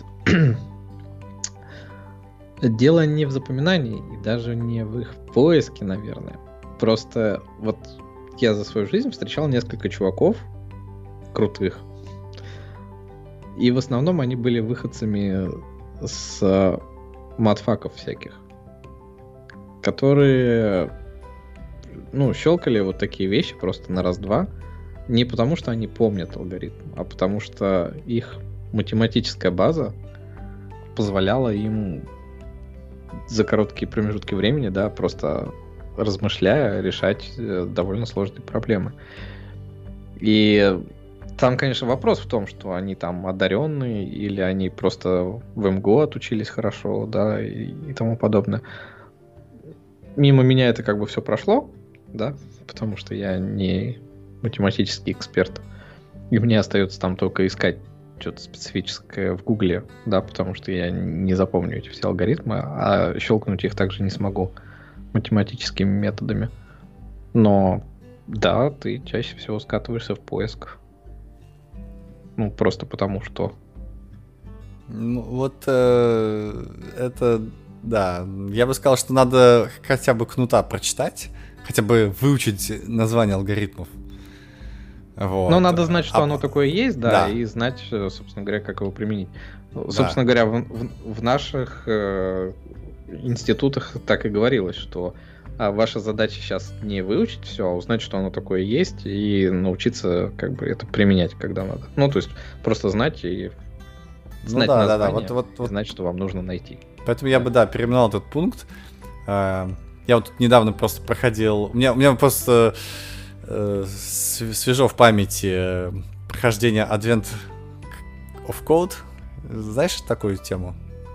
Дело не в запоминании и даже не в их поиске, наверное. Просто вот я за свою жизнь встречал несколько чуваков крутых. И в основном они были выходцами с матфаков всяких, которые, ну, щелкали вот такие вещи просто на раз-два. Не потому, что они помнят алгоритм, а потому что их математическая база позволяла им за короткие промежутки времени, да, просто размышляя, решать довольно сложные проблемы. И там, конечно, вопрос в том, что они там одаренные, или они просто в эм гэ о отучились хорошо, да, и, и тому подобное. Мимо меня это как бы все прошло, да, потому что я не математический эксперт. И мне остается там только искать что-то специфическое в Гугле, да, потому что я не запомню эти все алгоритмы, а щелкнуть их также не смогу математическими методами. Но да, ты чаще всего скатываешься в поиск. Ну, просто потому что. Ну, вот э, это, да, я бы сказал, что надо хотя бы кнута прочитать, хотя бы выучить название алгоритмов. Вот. Но надо знать, что а, оно такое есть, да, да, и знать, собственно говоря, как его применить. Да. Собственно говоря, в, в, в наших э, институтах так и говорилось, что а ваша задача сейчас не выучить все, а узнать, что оно такое есть, и научиться как бы это применять, когда надо. Ну, то есть просто знать и знать ну, да, название, да, да. Вот, вот, и вот. знать, что вам нужно найти. Поэтому я бы, да, переименовал этот пункт. Я вот тут недавно просто проходил... У меня, у меня просто э, свежо в памяти прохождение Advent of Code. Знаешь такую тему?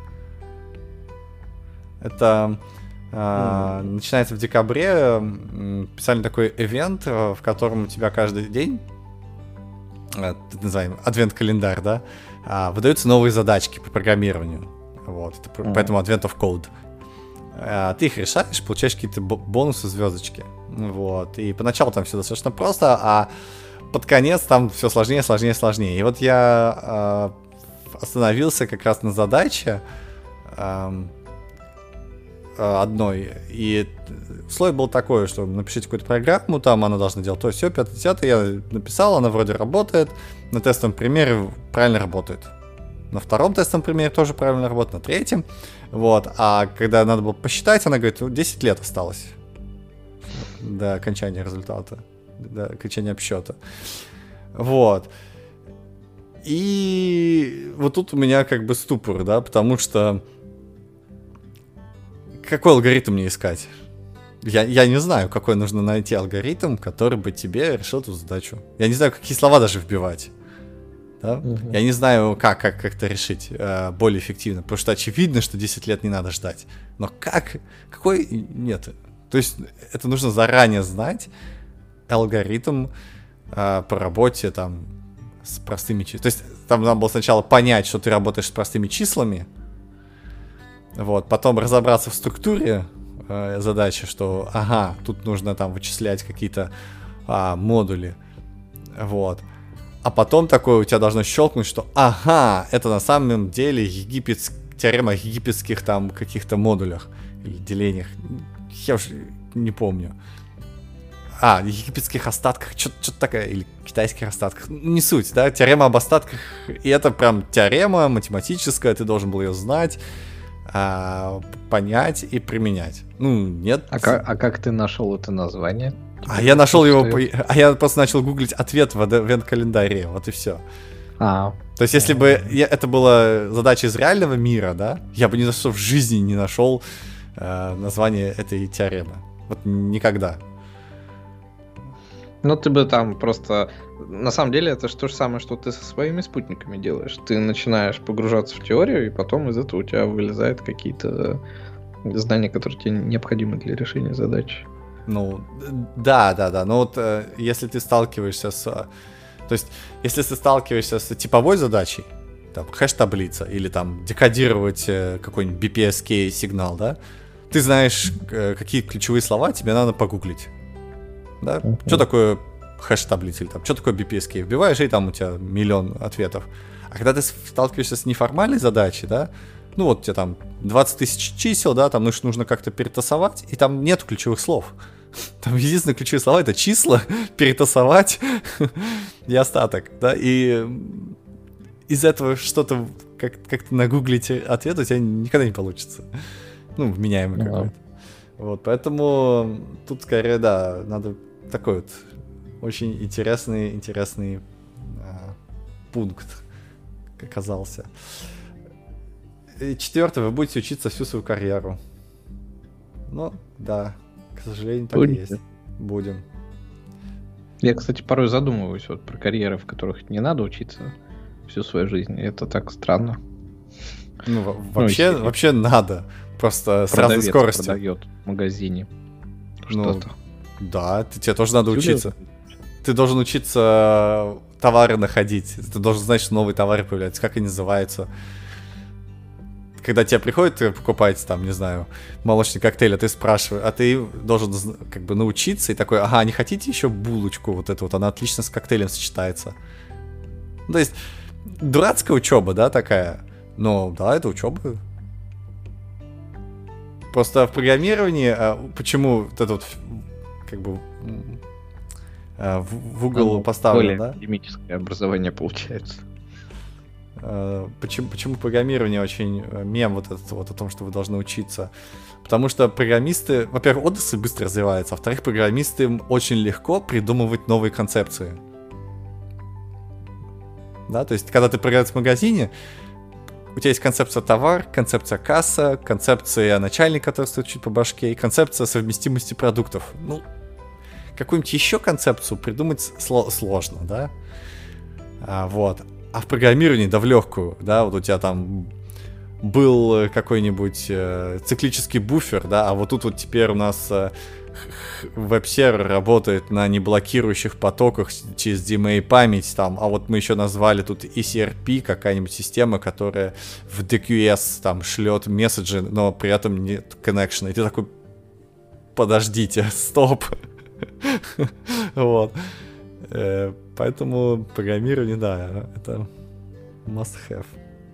Это... Uh, mm. Начинается в декабре, писали такой ивент, в котором у тебя каждый день, так называемый адвент-календарь, да, uh, выдаются новые задачки по программированию. Вот, это, mm. поэтому Advent of Code. Uh, ты их решаешь, получаешь какие-то бонусы, звездочки. Вот, и поначалу там все достаточно просто, а под конец там все сложнее, сложнее, сложнее. И вот я uh, остановился как раз на задаче uh, одной, и условие было такое, что напишите какую-то программу, там она должна делать то, все, пятое, десятое, я написал, она вроде работает, на тестовом примере правильно работает, на втором тестовом примере тоже правильно работает, на третьем, вот, а когда надо было посчитать, она говорит, десять лет осталось до окончания результата, до окончания обсчета, вот, и вот тут у меня как бы ступор, да, потому что какой алгоритм мне искать? Я, я не знаю, какой нужно найти алгоритм, который бы тебе решил эту задачу. Я не знаю, какие слова даже вбивать. Да? Uh-huh. Я не знаю, как, как, как это решить э, более эффективно, потому что очевидно, что десять лет не надо ждать. Но как? Какой? Нет. То есть это нужно заранее знать алгоритм э, по работе там с простыми числами. То есть там надо было сначала понять, что ты работаешь с простыми числами, вот, потом разобраться в структуре э, задачи, что, ага, тут нужно там вычислять какие-то а, модули, вот. А потом такое у тебя должно щелкнуть, что ага, это на самом деле египетск... теорема о египетских там каких-то модулях или делениях. Я уж не помню. А, египетских остатках, что-то такое, или китайских остатках. Не суть, да, теорема об остатках. И это прям теорема математическая, ты должен был ее знать, а, понять и применять. Ну, нет. А как, а как ты нашел это название? А я нашел его, а я просто начал гуглить ответ в адвент-календаре, вот и все. А. То есть, если бы я, это была задача из реального мира, да, я бы ни за что в жизни не нашел э, название этой теоремы. Вот никогда. Ну, ты бы там просто... На самом деле, это же то же самое, что ты со своими спутниками делаешь. Ты начинаешь погружаться в теорию, и потом из этого у тебя вылезают какие-то знания, которые тебе необходимы для решения задачи. Ну, да, да, да. Но вот э, если ты сталкиваешься с... То есть, если ты сталкиваешься с типовой задачей, там, хэш-таблица, или там декодировать э, какой-нибудь би пи эс кей сигнал, да, ты знаешь, э, какие ключевые слова тебе надо погуглить. Да? Uh-huh. Что такое хэш-таблица, или там, что такое би пи эс кей? Вбиваешь, и там у тебя миллион ответов. А когда ты сталкиваешься с неформальной задачей, да, ну вот у тебя там двадцать тысяч чисел, да, там нужно как-то перетасовать, и там нет ключевых слов. Там единственные ключевые слова — это числа, перетасовать и остаток, да, и из этого что-то как- как-то нагуглить ответ у тебя никогда не получится. Ну, вменяемый ну, какой-то. Вот, поэтому тут скорее, да, надо такой вот очень интересный, интересный а, пункт оказался. И четвертое, вы будете учиться всю свою карьеру. Ну, да, к сожалению, так Будете. и есть. Будем. Я, кстати, порой задумываюсь вот про карьеры, в которых не надо учиться всю свою жизнь. И это так странно. Ну, вообще, ну, вообще надо. Просто с разной скоростью. Продает в магазине что-то. Ну, да, ты, тебе тоже надо Юля? учиться. Ты должен учиться товары находить. Ты должен знать, что новые товары появляются, как они называются. Когда тебе приходит, ты покупаете там, не знаю, молочный коктейль, а ты спрашиваешь, а ты должен как бы научиться и такой, ага, не хотите еще булочку вот эту вот, она отлично с коктейлем сочетается. То есть, дурацкая учеба, да, такая, но да, это учеба. Просто в программировании, а, почему вот это вот, как бы, а, в, в угол ну, поставлено, да? Академическое образование получается. Почему, почему программирование очень мем вот этот вот о том, что вы должны учиться? Потому что программисты, во-первых, отрасль быстро развивается, а во-вторых, программистам очень легко придумывать новые концепции. Да, то есть, когда ты программист в магазине, у тебя есть концепция товар, концепция касса, концепция начальника, который стоит чуть по башке, и концепция совместимости продуктов. Ну, какую-нибудь еще концепцию придумать сло- сложно, да? А, вот. А в программировании, да в легкую, да, вот у тебя там был какой-нибудь э, циклический буфер, да, а вот тут вот теперь у нас э, веб-сервер работает на неблокирующих потоках через ди эм эй память, там, а вот мы еще назвали тут и си ар пи, какая-нибудь система, которая в ди кью эс там шлет месседжи, но при этом нет коннекшена, и ты такой, подождите, стоп, вот. Поэтому программирование, да, это must have.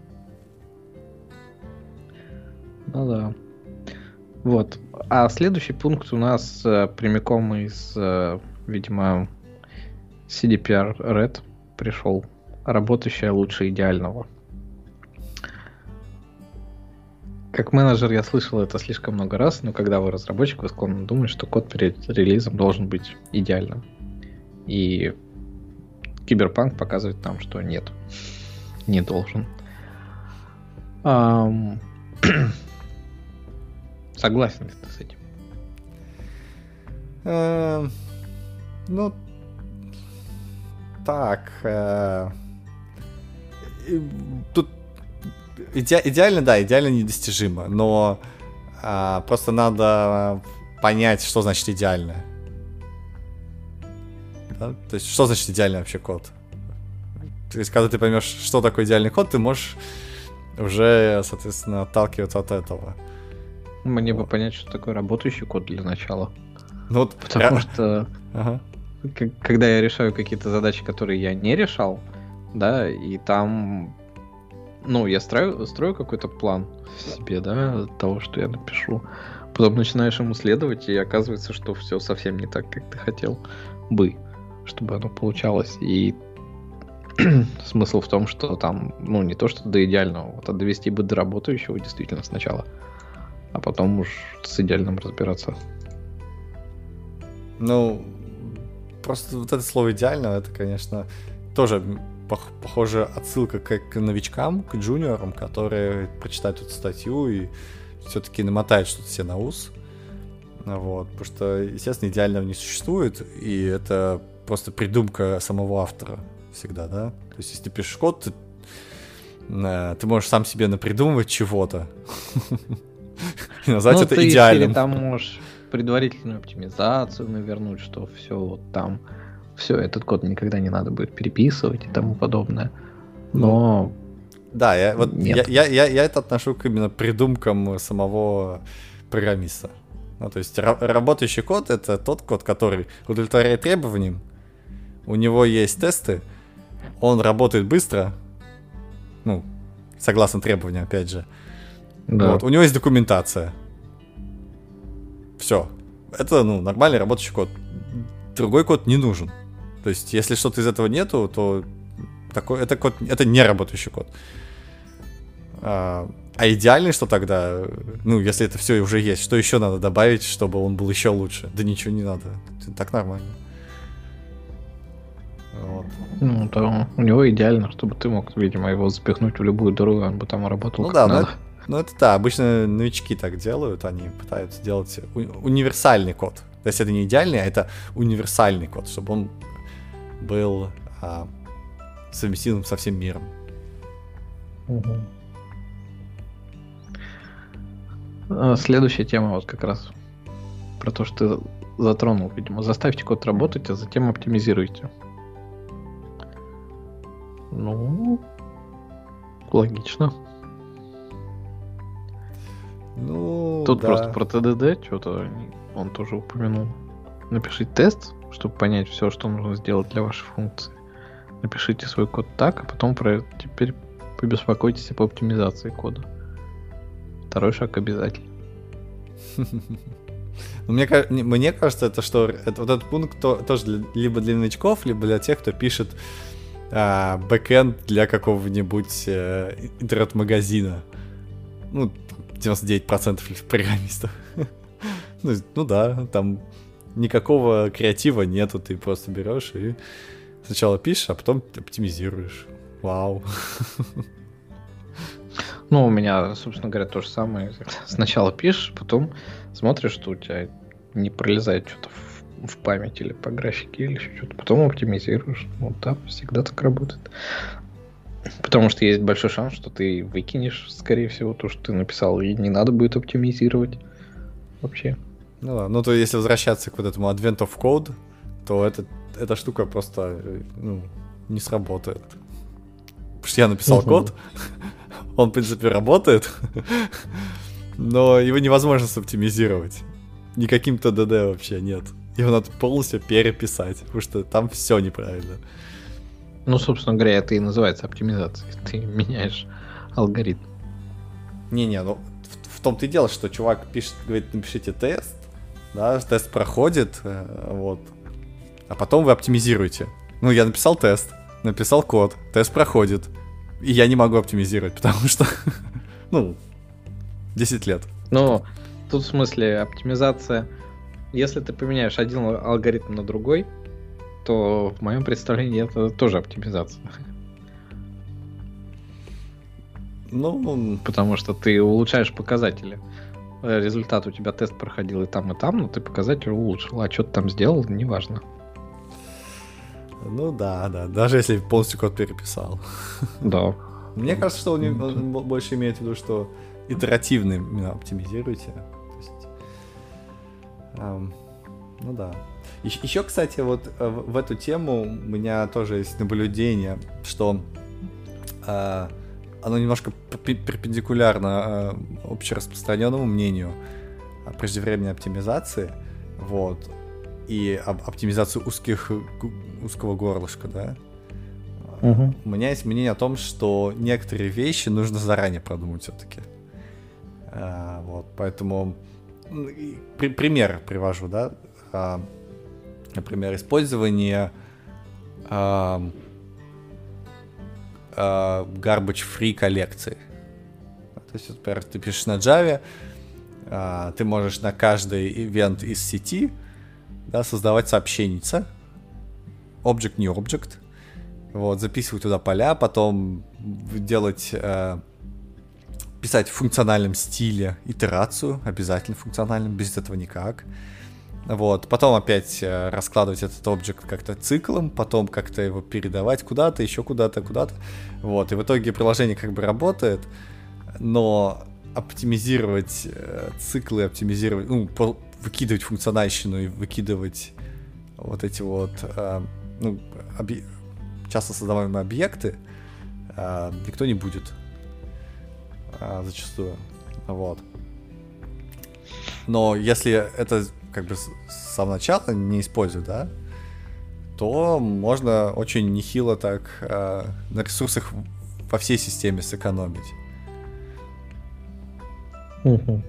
Ну да. Вот. А следующий пункт у нас э, прямиком из, э, видимо, си ди пи ар Red пришел. Работающая лучше идеального. Как менеджер я слышал это слишком много раз, но когда вы разработчик, вы склонны думать, что код перед релизом должен быть идеальным. И Киберпанк показывает нам, что нет, не должен. Ам... Согласен ли ты с этим? Э, ну, так. Э, тут иде, идеально, да, идеально недостижимо, но э, просто надо понять, что значит идеально. Да? То есть, что значит идеальный вообще код? То есть, когда ты поймешь, что такое идеальный код, ты можешь уже, соответственно, отталкиваться от этого. Мне вот бы понять, что такое работающий код для начала. Ну, вот Потому я... что ага. к- когда я решаю какие-то задачи, которые я не решал, да, и там, ну, я строю, строю какой-то план себе, да, того, что я напишу. Потом начинаешь ему следовать, и оказывается, что все совсем не так, как ты хотел бы, чтобы оно получалось. И смысл в том, что там, ну, не то, что до идеального, вот, а довести бы до работающего действительно сначала, а потом уж с идеальным разбираться. Ну, просто вот это слово «идеально», это, конечно, тоже пох- похоже отсылка к, к новичкам, к джуниорам, которые прочитают эту статью и все-таки намотают что-то себе на ус. Вот, потому что, естественно, идеального не существует, и это просто придумка самого автора всегда, да? То есть, если ты пишешь код, ты, э, ты можешь сам себе напридумывать чего-то и назвать ну, это ты идеальным. Ты там можешь предварительную оптимизацию навернуть, что все вот там, все, этот код никогда не надо будет переписывать и тому подобное. Но... Да, я, вот я, я, я, я это отношу к именно придумкам самого программиста. Ну, то есть ра- работающий код — это тот код, который удовлетворяет требованиям, у него есть тесты, он работает быстро, ну, согласно требованиям, опять же. Да. Вот, у него есть документация. Все. Это, ну, нормальный рабочий код. Другой код не нужен. То есть, если что-то из этого нету, то такой, это, код, это не работающий код. А, а идеальный что тогда? Ну, если это все уже есть, что еще надо добавить, чтобы он был еще лучше? Да ничего не надо. Так нормально. Вот. Ну, то у него идеально, чтобы ты мог, видимо, его запихнуть в любую дыру, он бы там работал. Ну как да, надо. но, ну это да, обычно новички так делают, они пытаются делать у- универсальный код. То есть это не идеальный, а это универсальный код, чтобы он был а, совместимым со всем миром. Угу. Следующая тема вот как раз про то, что ты затронул, видимо. Заставьте код работать, а затем оптимизируйте. Ну, логично. Ну, Тут да. просто про тэ дэ дэ что-то он тоже упомянул. Напишите тест, чтобы понять все, что нужно сделать для вашей функции. Напишите свой код так, а потом про... теперь побеспокойтесь об оптимизации кода. Второй шаг обязательно. Мне, мне кажется, это что это, вот этот пункт то, тоже для, либо для новичков, либо для тех, кто пишет а, бэкэнд для какого-нибудь а, интернет-магазина. Ну, девяносто девять процентов программистов. ну, ну да, там никакого креатива нету, ты просто берешь и сначала пишешь, а потом оптимизируешь. Вау. Ну, у меня, собственно говоря, то же самое. Сначала пишешь, потом смотришь, что у тебя не пролезает что-то в, в память или по графике или еще что-то. Потом оптимизируешь. Вот да, всегда так работает. Потому что есть большой шанс, что ты выкинешь, скорее всего, то, что ты написал, и не надо будет оптимизировать вообще. Ну да, ну то если возвращаться к вот этому Advent of Code, то это, эта штука просто ну, не сработает. Потому что я написал uh-huh. код, он, в принципе, работает, но его невозможно соптимизировать. Никаким тэ дэ дэ вообще нет. Его надо полностью переписать, потому что там все неправильно. Ну, собственно говоря, это и называется оптимизацией. Ты меняешь алгоритм. Не-не, ну в, в том-то и дело, что чувак пишет, говорит, напишите тест, да, тест проходит, вот, а потом вы оптимизируете. Ну, я написал тест, написал код, тест проходит, и я не могу оптимизировать, потому что, ну, десять лет. Ну, тут в смысле оптимизация, если ты поменяешь один алгоритм на другой, то в моем представлении это тоже оптимизация. Ну, потому что ты улучшаешь показатели. результат у тебя тест проходил и там, и там, но ты показатель улучшил, а что ты там сделал, неважно. Ну да, да, даже если полностью код переписал. Да. Мне кажется, что он, он больше имеет в виду, что итеративно именно оптимизируйте. То есть, эм, ну да. Еще, еще, кстати, вот в, в эту тему у меня тоже есть наблюдение, что э, оно немножко перпендикулярно э, общераспространенному мнению о преждевременной оптимизации, вот, и об оптимизации узких, узкого горлышка, да. Uh-huh. У меня есть мнение о том, что некоторые вещи нужно заранее продумать все-таки. А, вот, поэтому при, пример привожу, да. А, например, использование а, а, garbage-free коллекции. То есть, например, ты пишешь на Java, а, ты можешь на каждый ивент из сети, да, создавать сообщенница, object не object, вот, записывать туда поля, потом делать, э, писать в функциональном стиле итерацию, обязательно в функциональном, без этого никак. Вот, потом опять э, раскладывать этот объект как-то циклом, потом как-то его передавать куда-то, еще куда-то, куда-то. Вот, и в итоге приложение как бы работает, но оптимизировать э, циклы, оптимизировать, ну, по, выкидывать функциональщину и выкидывать вот эти вот, э, ну, объ... часто создаваемые объекты, э, никто не будет э, зачастую. Вот. Но если это как бы с самого начала не использовать, да, то можно очень нехило так э, на ресурсах во всей системе сэкономить. Угу.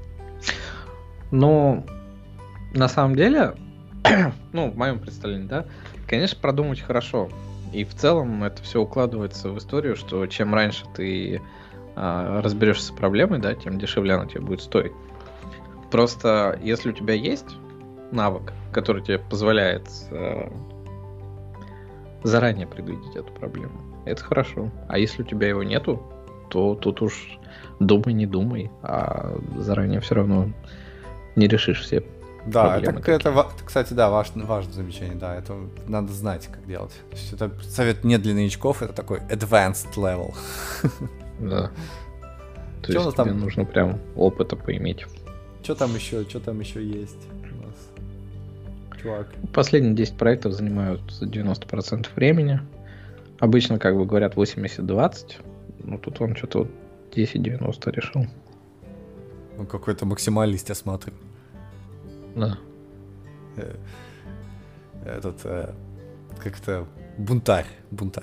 Ну, на самом деле, ну, в моем представлении, да, конечно, продумать хорошо. И в целом это все укладывается в историю, что чем раньше ты а, разберешься с проблемой, да, тем дешевле она тебе будет стоить. Просто если у тебя есть навык, который тебе позволяет а, заранее предвидеть эту проблему, это хорошо. А если у тебя его нету, то тут уж думай, не думай, а заранее все равно не решишь все да, проблемы. Да, это, это, кстати, да, важное, важное замечание, да, это надо знать, как делать. То есть это совет не для новичков, это такой advanced level. Да. То есть тебе нужно прям опыта поиметь. Что там еще, что там еще есть у нас? Чувак. Последние десять проектов занимают девяносто процентов времени. Обычно, как бы говорят, восемьдесят двадцать. Ну, тут он что-то вот десять девяносто решил. Ну, какой-то максималист, я смотрю. Да. Этот, э, как-то бунтарь, бунтарь.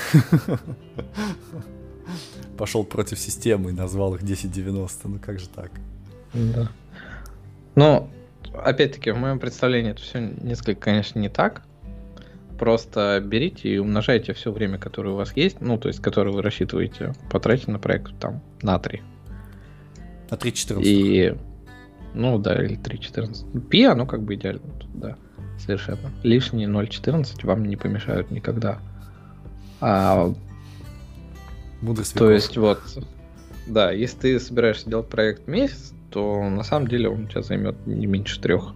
Пошел против системы и назвал их десять девяносто. Ну, как же так? Да. Но, опять-таки, в моем представлении это все несколько, конечно, не так. Просто берите и умножайте все время, которое у вас есть, ну, то есть, которое вы рассчитываете потратить на проект, там, на три. На три четырнадцать. И, ну, да, или три четырнадцать. Пи, оно как бы идеально, да, совершенно. Лишние ноль четырнадцать вам не помешают никогда. А, Мудрость то есть, вот, да, если ты собираешься делать проект месяц, то на самом деле он у тебя займет не меньше трех.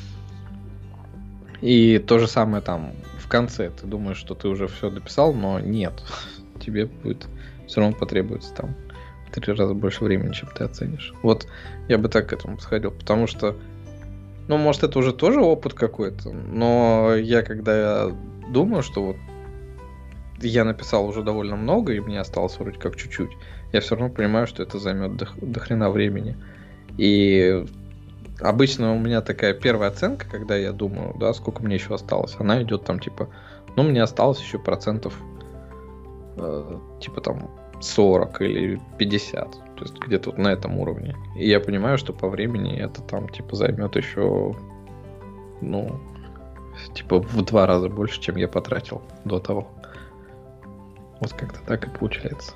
И то же самое там в конце. Ты думаешь, что ты уже все дописал, но нет. Тебе будет все равно потребуется там в три раза больше времени, чем ты оценишь. Вот я бы так к этому подходил, потому что, ну, может, это уже тоже опыт какой-то, но я когда думаю, что вот я написал уже довольно много, и мне осталось вроде как чуть-чуть, я все равно понимаю, что это займет до, до хрена времени. И обычно у меня такая первая оценка, когда я думаю, да, сколько мне еще осталось, она идет там типа, ну, мне осталось еще процентов э, типа там сорок или пятьдесят, то есть где-то вот на этом уровне. И я понимаю, что по времени это там типа займет еще, ну, типа в два раза больше, чем я потратил до того. Вот как-то так и получается.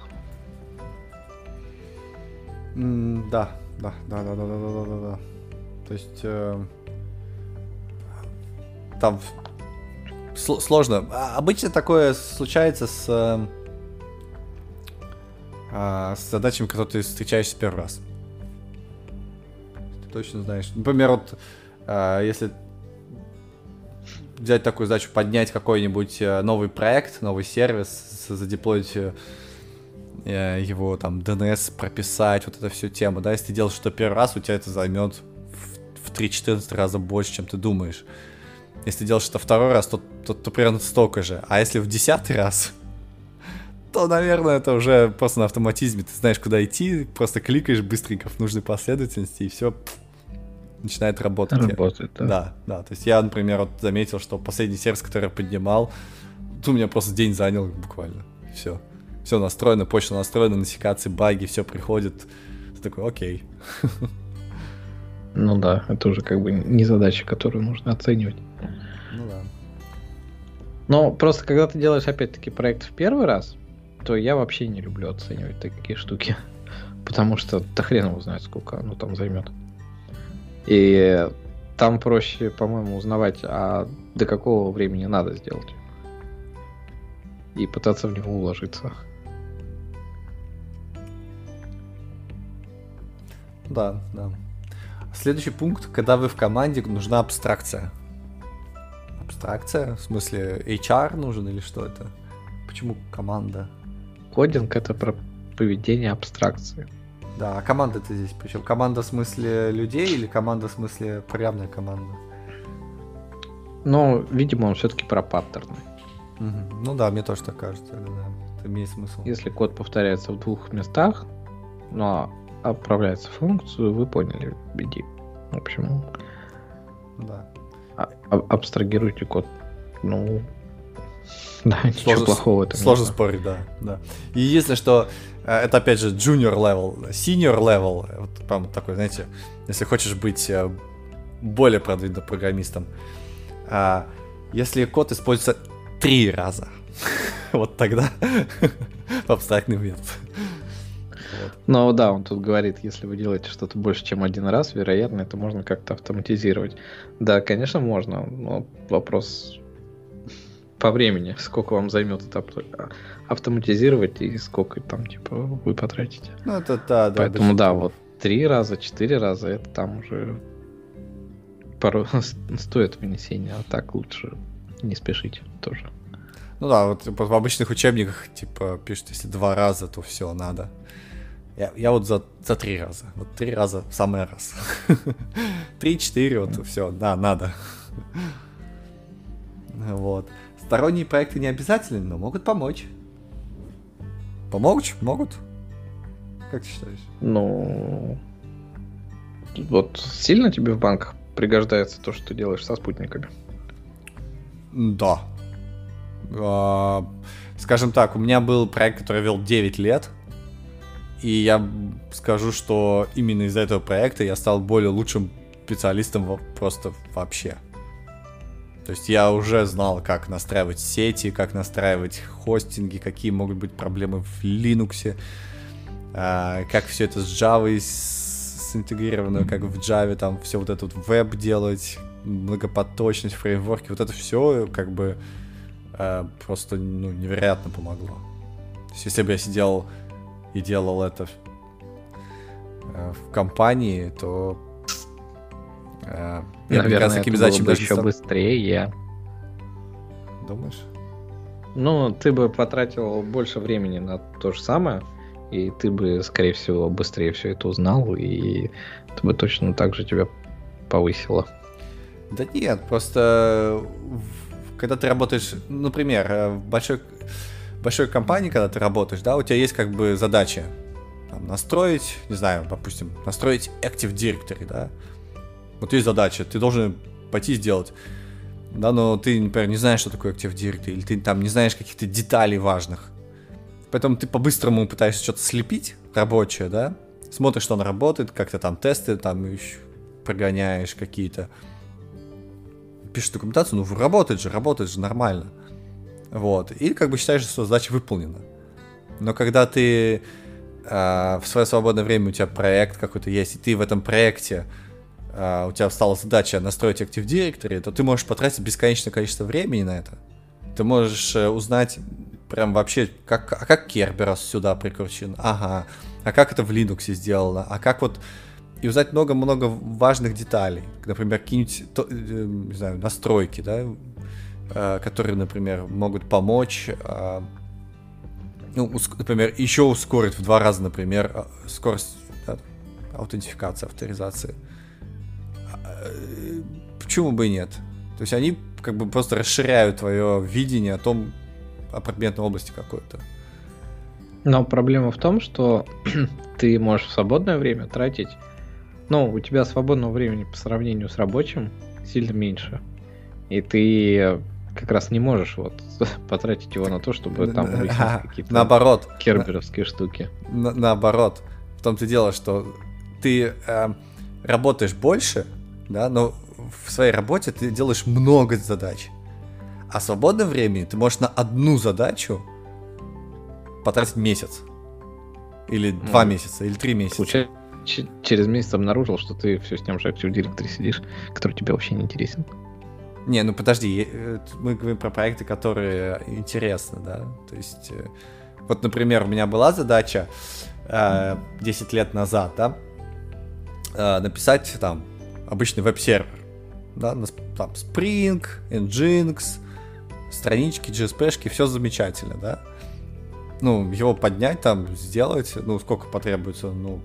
Mm, да, да, да, да, да, да, да, да, да. То есть э, там сл- сложно. А, обычно такое случается с, э, э, с задачами, которые ты встречаешься первый раз. То есть, э, точно знаешь. Например, вот э, если взять такую задачу, поднять какой-нибудь новый проект, новый сервис, задеплоить э, его там ди эн эс, прописать, вот эту всю тему, да, если ты делаешь что первый раз, у тебя это займет в, в три-четырнадцать раза больше, чем ты думаешь. Если ты делаешь это второй раз, то, то, то примерно столько же. А если в десятый раз, то, наверное, это уже просто на автоматизме. Ты знаешь, куда идти, просто кликаешь быстренько в нужной последовательности, и все начинает работать. Работает, да. Да, да. То есть я, например, вот заметил, что последний сервис, который я поднимал, у меня просто день занял буквально. Все. Все настроено, почта настроена, нотификации, баги, все приходит. Ты такой, окей. Ну да, это уже как бы не задача, которую нужно оценивать. Ну да. Но просто когда ты делаешь, опять-таки, проект в первый раз, то я вообще не люблю оценивать такие штуки. Потому что да хрен его знает, сколько оно там займет. И там проще, по-моему, узнавать, а до какого времени надо сделать. И пытаться в него уложиться. Да, да. Следующий пункт, когда вы в команде, нужна абстракция. Абстракция? В смысле, эйч ар нужен или что это? Почему команда? Кодинг — это про поведение абстракции. Да, а команда-то здесь причем? Команда в смысле людей или команда в смысле программная команда? Но, видимо, он все-таки про паттерны. Угу. Ну да, мне тоже так кажется. Да, это имеет смысл. Если код повторяется в двух местах, но отправляется в функцию, вы поняли идею. В общем, да. А- абстрагируйте код. Ну, да, ничего сложно, плохого в этом. Сложно спорить, да, да. И единственное, что это опять же junior level, senior level, вот прям такой, знаете, если хочешь быть более продвинутым программистом, если код используется три раза, вот тогда абстрактный метод. Ну да, он тут говорит, если вы делаете что-то больше, чем один раз, вероятно, это можно как-то автоматизировать. Да, конечно, можно, но вопрос по времени, сколько вам займет это автоматизировать и сколько там, типа, вы потратите. Ну, это да, да. Поэтому да, вот три раза, четыре раза, это там уже пару стоит вынесения, а так лучше не спешить тоже. Ну да, вот в обычных учебниках, типа, пишут, если два раза, то все, надо. Я, я вот за, за три раза. Вот три раза в самый раз. Три-четыре, вот все, да, надо. Вот. Сторонние проекты не обязательны, но могут помочь. Помочь? Могут? Как ты считаешь? Ну, вот сильно тебе в банках пригождается то, что ты делаешь со спутниками? Да. А, скажем так, у меня был проект, который вел девять лет. И я скажу, что именно из-за этого проекта я стал более лучшим специалистом просто вообще. То есть я уже знал, как настраивать сети, как настраивать хостинги, какие могут быть проблемы в Linux, как все это с Java синтегрировано, как в Java там все вот этот веб делать, многопоточность, фреймворки, вот это все как бы просто ну, невероятно помогло. То есть если бы я сидел и делал это в компании, то э, я наверное, с такими это было задачами бы даже еще не быстрее. Думаешь? Ну, ты бы потратил больше времени на то же самое, и ты бы, скорее всего, быстрее все это узнал, и это бы точно так же тебя повысило. Да нет, просто когда ты работаешь, например, в большой, большой компании, когда ты работаешь, да, у тебя есть как бы задача там, настроить, не знаю, допустим, настроить Active Directory, да. Вот есть задача, ты должен пойти сделать, да, но ты, например, не знаешь, что такое Active Directory, или ты там не знаешь каких-то деталей важных. Поэтому ты по-быстрому пытаешься что-то слепить рабочее, да, смотришь, что оно работает, как-то там тесты там еще прогоняешь какие-то, пишешь документацию, ну работает же, работает же нормально. Вот, и как бы считаешь, что задача выполнена. Но когда ты э, в свое свободное время, у тебя проект какой-то есть, и ты в этом проекте Uh, у тебя стала задача настроить Active Directory, то ты можешь потратить бесконечное количество времени на это. Ты можешь uh, узнать прям вообще, как, а как Kerberos сюда прикручен, ага, а как это в Linux сделано, а как вот и узнать много-много важных деталей. Например, какие-нибудь, не знаю, настройки, да, которые, например, могут помочь, ну, например, еще ускорить в два раза, например, скорость, да, аутентификации, авторизации. Почему бы и нет? То есть они как бы просто расширяют твое видение о том, о предметной области какой-то. Но проблема в том, что ты можешь в свободное время тратить, ну, у тебя свободного времени по сравнению с рабочим сильно меньше. И ты как раз не можешь вот потратить его на то, чтобы там выяснить какие-то наоборот керберовские штуки. На- наоборот. В том-то и дело, что ты э, работаешь больше, да, но в своей работе ты делаешь много задач. А свободное время ты можешь на одну задачу потратить месяц. Или ну, два месяца, или три месяца. Получается, ч- через месяц обнаружил, что ты все с тем же Active Directory сидишь, который тебе вообще не интересен. Не, ну подожди, мы говорим про проекты, которые интересны, да. То есть, вот, например, у меня была задача э, десять лет назад, да, э, написать там обычный веб-сервер, да, там Spring, Nginx, странички, джи эс пи-шки, все замечательно, да. Ну, его поднять, там, сделать, ну, сколько потребуется, ну,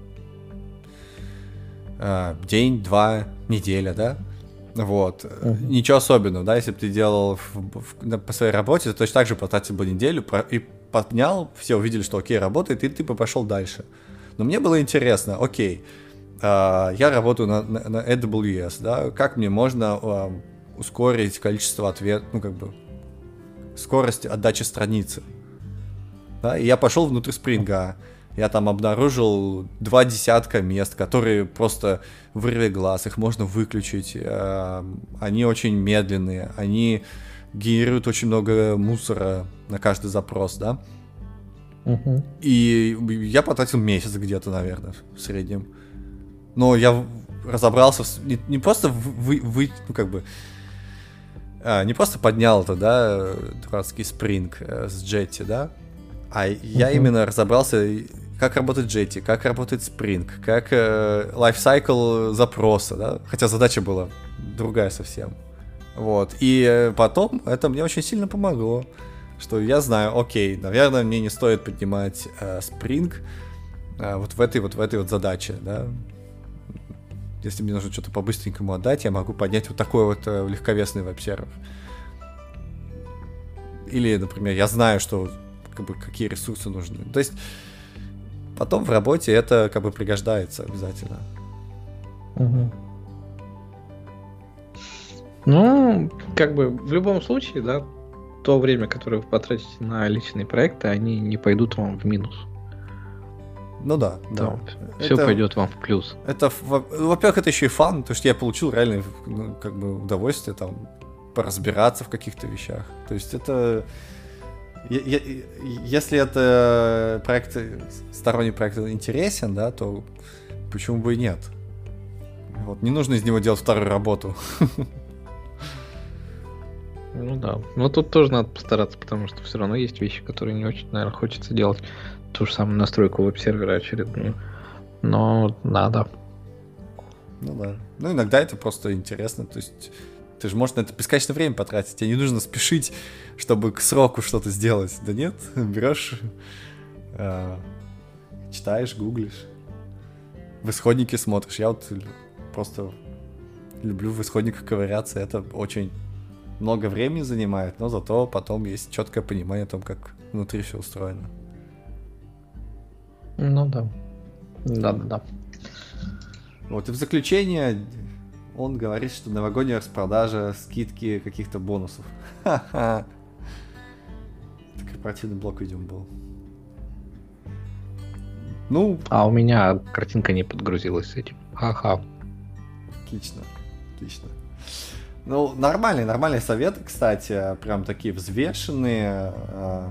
э, день, два, неделя, да. Вот. Uh-huh. Ничего особенного, да, если бы ты делал в, в, на, по своей работе, то точно так же потратил бы неделю про, и поднял, все увидели, что окей, работает, и ты бы пошел дальше. Но мне было интересно, окей, э, я работаю на, на, на эй дабл ю эс, да, как мне можно э, ускорить количество ответов, ну, как бы, скорость отдачи страницы. Да, и я пошел внутрь Спринга. Я там обнаружил два десятка мест, которые просто вырви глаз, их можно выключить. Они очень медленные, они генерируют очень много мусора на каждый запрос, да. Uh-huh. И я потратил месяц где-то, наверное, в среднем. Но я разобрался, не, не просто вы, вы, ну, как бы, а, не просто поднял это, да, дурацкий Spring с Jetty, да, а uh-huh. я именно разобрался, как работает Jetty, как работает Spring, как э, лайфсайкл запроса, да, хотя задача была другая совсем. Вот, и э, потом это мне очень сильно помогло, что я знаю, окей, наверное, мне не стоит поднимать э, Spring э, вот в этой вот, в этой вот задаче, да. Если мне нужно что-то по-быстренькому отдать, я могу поднять вот такой вот э, легковесный веб-сервер. Или, например, я знаю, что как бы, какие ресурсы нужны. То есть потом в работе это как бы пригождается обязательно. Угу. Ну, как бы в любом случае, да, то время, которое вы потратите на личные проекты, они не пойдут вам в минус. Ну да, да. Все это, пойдет вам в плюс. Это, во-первых, это еще и фан, потому что я получил реально, ну, как бы удовольствие там поразбираться в каких-то вещах. То есть это... Если это проект, сторонний проект интересен, да, то почему бы и нет? Вот, не нужно из него делать вторую работу. Ну да. Но тут тоже надо постараться, потому что все равно есть вещи, которые не очень, наверное, хочется делать. Ту же самую настройку веб-сервера очередную. Но надо. Ну да. Ну иногда это просто интересно. То есть ты же можешь на это бесконечное время потратить. Тебе не нужно спешить, чтобы к сроку что-то сделать. Да нет, берешь, э, читаешь, гуглишь, в исходнике смотришь. Я вот просто люблю в исходниках ковыряться. Это очень много времени занимает, но зато потом есть четкое понимание о том, как внутри все устроено. Ну да. Да-да-да. Вот и в заключение он говорит, что новогодняя распродажа, скидки каких-то бонусов. Ха-ха. Это корпоративный блок, видимо, был. Ну... А у меня картинка не подгрузилась с этим. Ха-ха. Отлично. Отлично. Ну, нормальные, нормальные советы, кстати. Прям такие взвешенные. Э,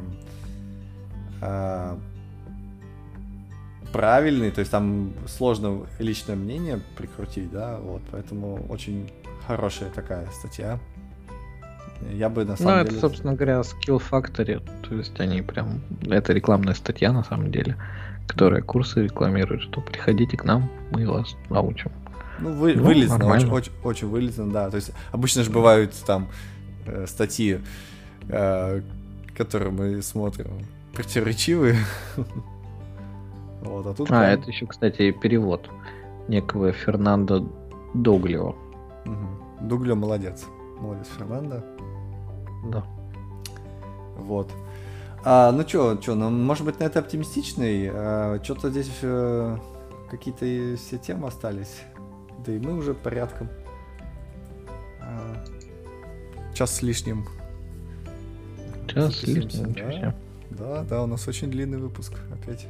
э, правильный, то есть там сложно личное мнение прикрутить, да, вот, поэтому очень хорошая такая статья. Я бы на самом Ну, деле... это, собственно говоря, Skill Factory. То есть они прям... Это рекламная статья, на самом деле, которая курсы рекламирует, что приходите к нам, мы вас научим. Ну, вы, Ну, вылезно, очень, нормально. очень, очень вылезно, да. То есть обычно же бывают там э, статьи, э, которые мы смотрим, противоречивые. Вот, а тут А, прям- это еще, кстати, перевод некого Фернандо Доглио. Мгм. Дуглё молодец. Молодец, Фернандо. Да. Вот. А, ну чё, чё, ну, может быть, на это оптимистичный. А, что-то здесь э, какие-то и все темы остались. Да и мы уже порядком. А, час с лишним. Час с записываемся, лишним, ничего да. себе. Да, да, у нас очень длинный выпуск опять.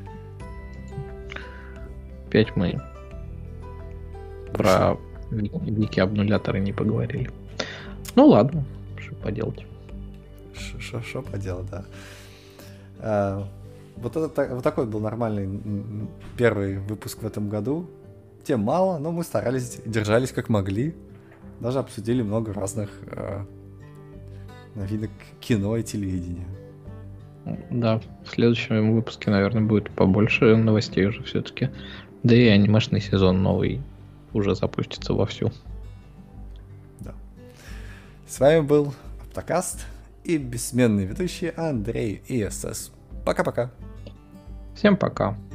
Опять мы про ви- вики-обнуляторы не поговорили. Ну ладно, что поделать. Что поделать, да. А, вот, это, так- вот такой был нормальный м, м, первый выпуск в этом году. Тем мало, но мы старались, держались как могли. Даже обсудили много разных э, новинок кино и телевидения. Да, в следующем выпуске, наверное, будет побольше новостей уже все-таки. Да и анимешный сезон новый уже запустится вовсю. Да. С вами был Оптокаст и бессменный ведущий Андрей и СС. Пока-пока. Всем пока.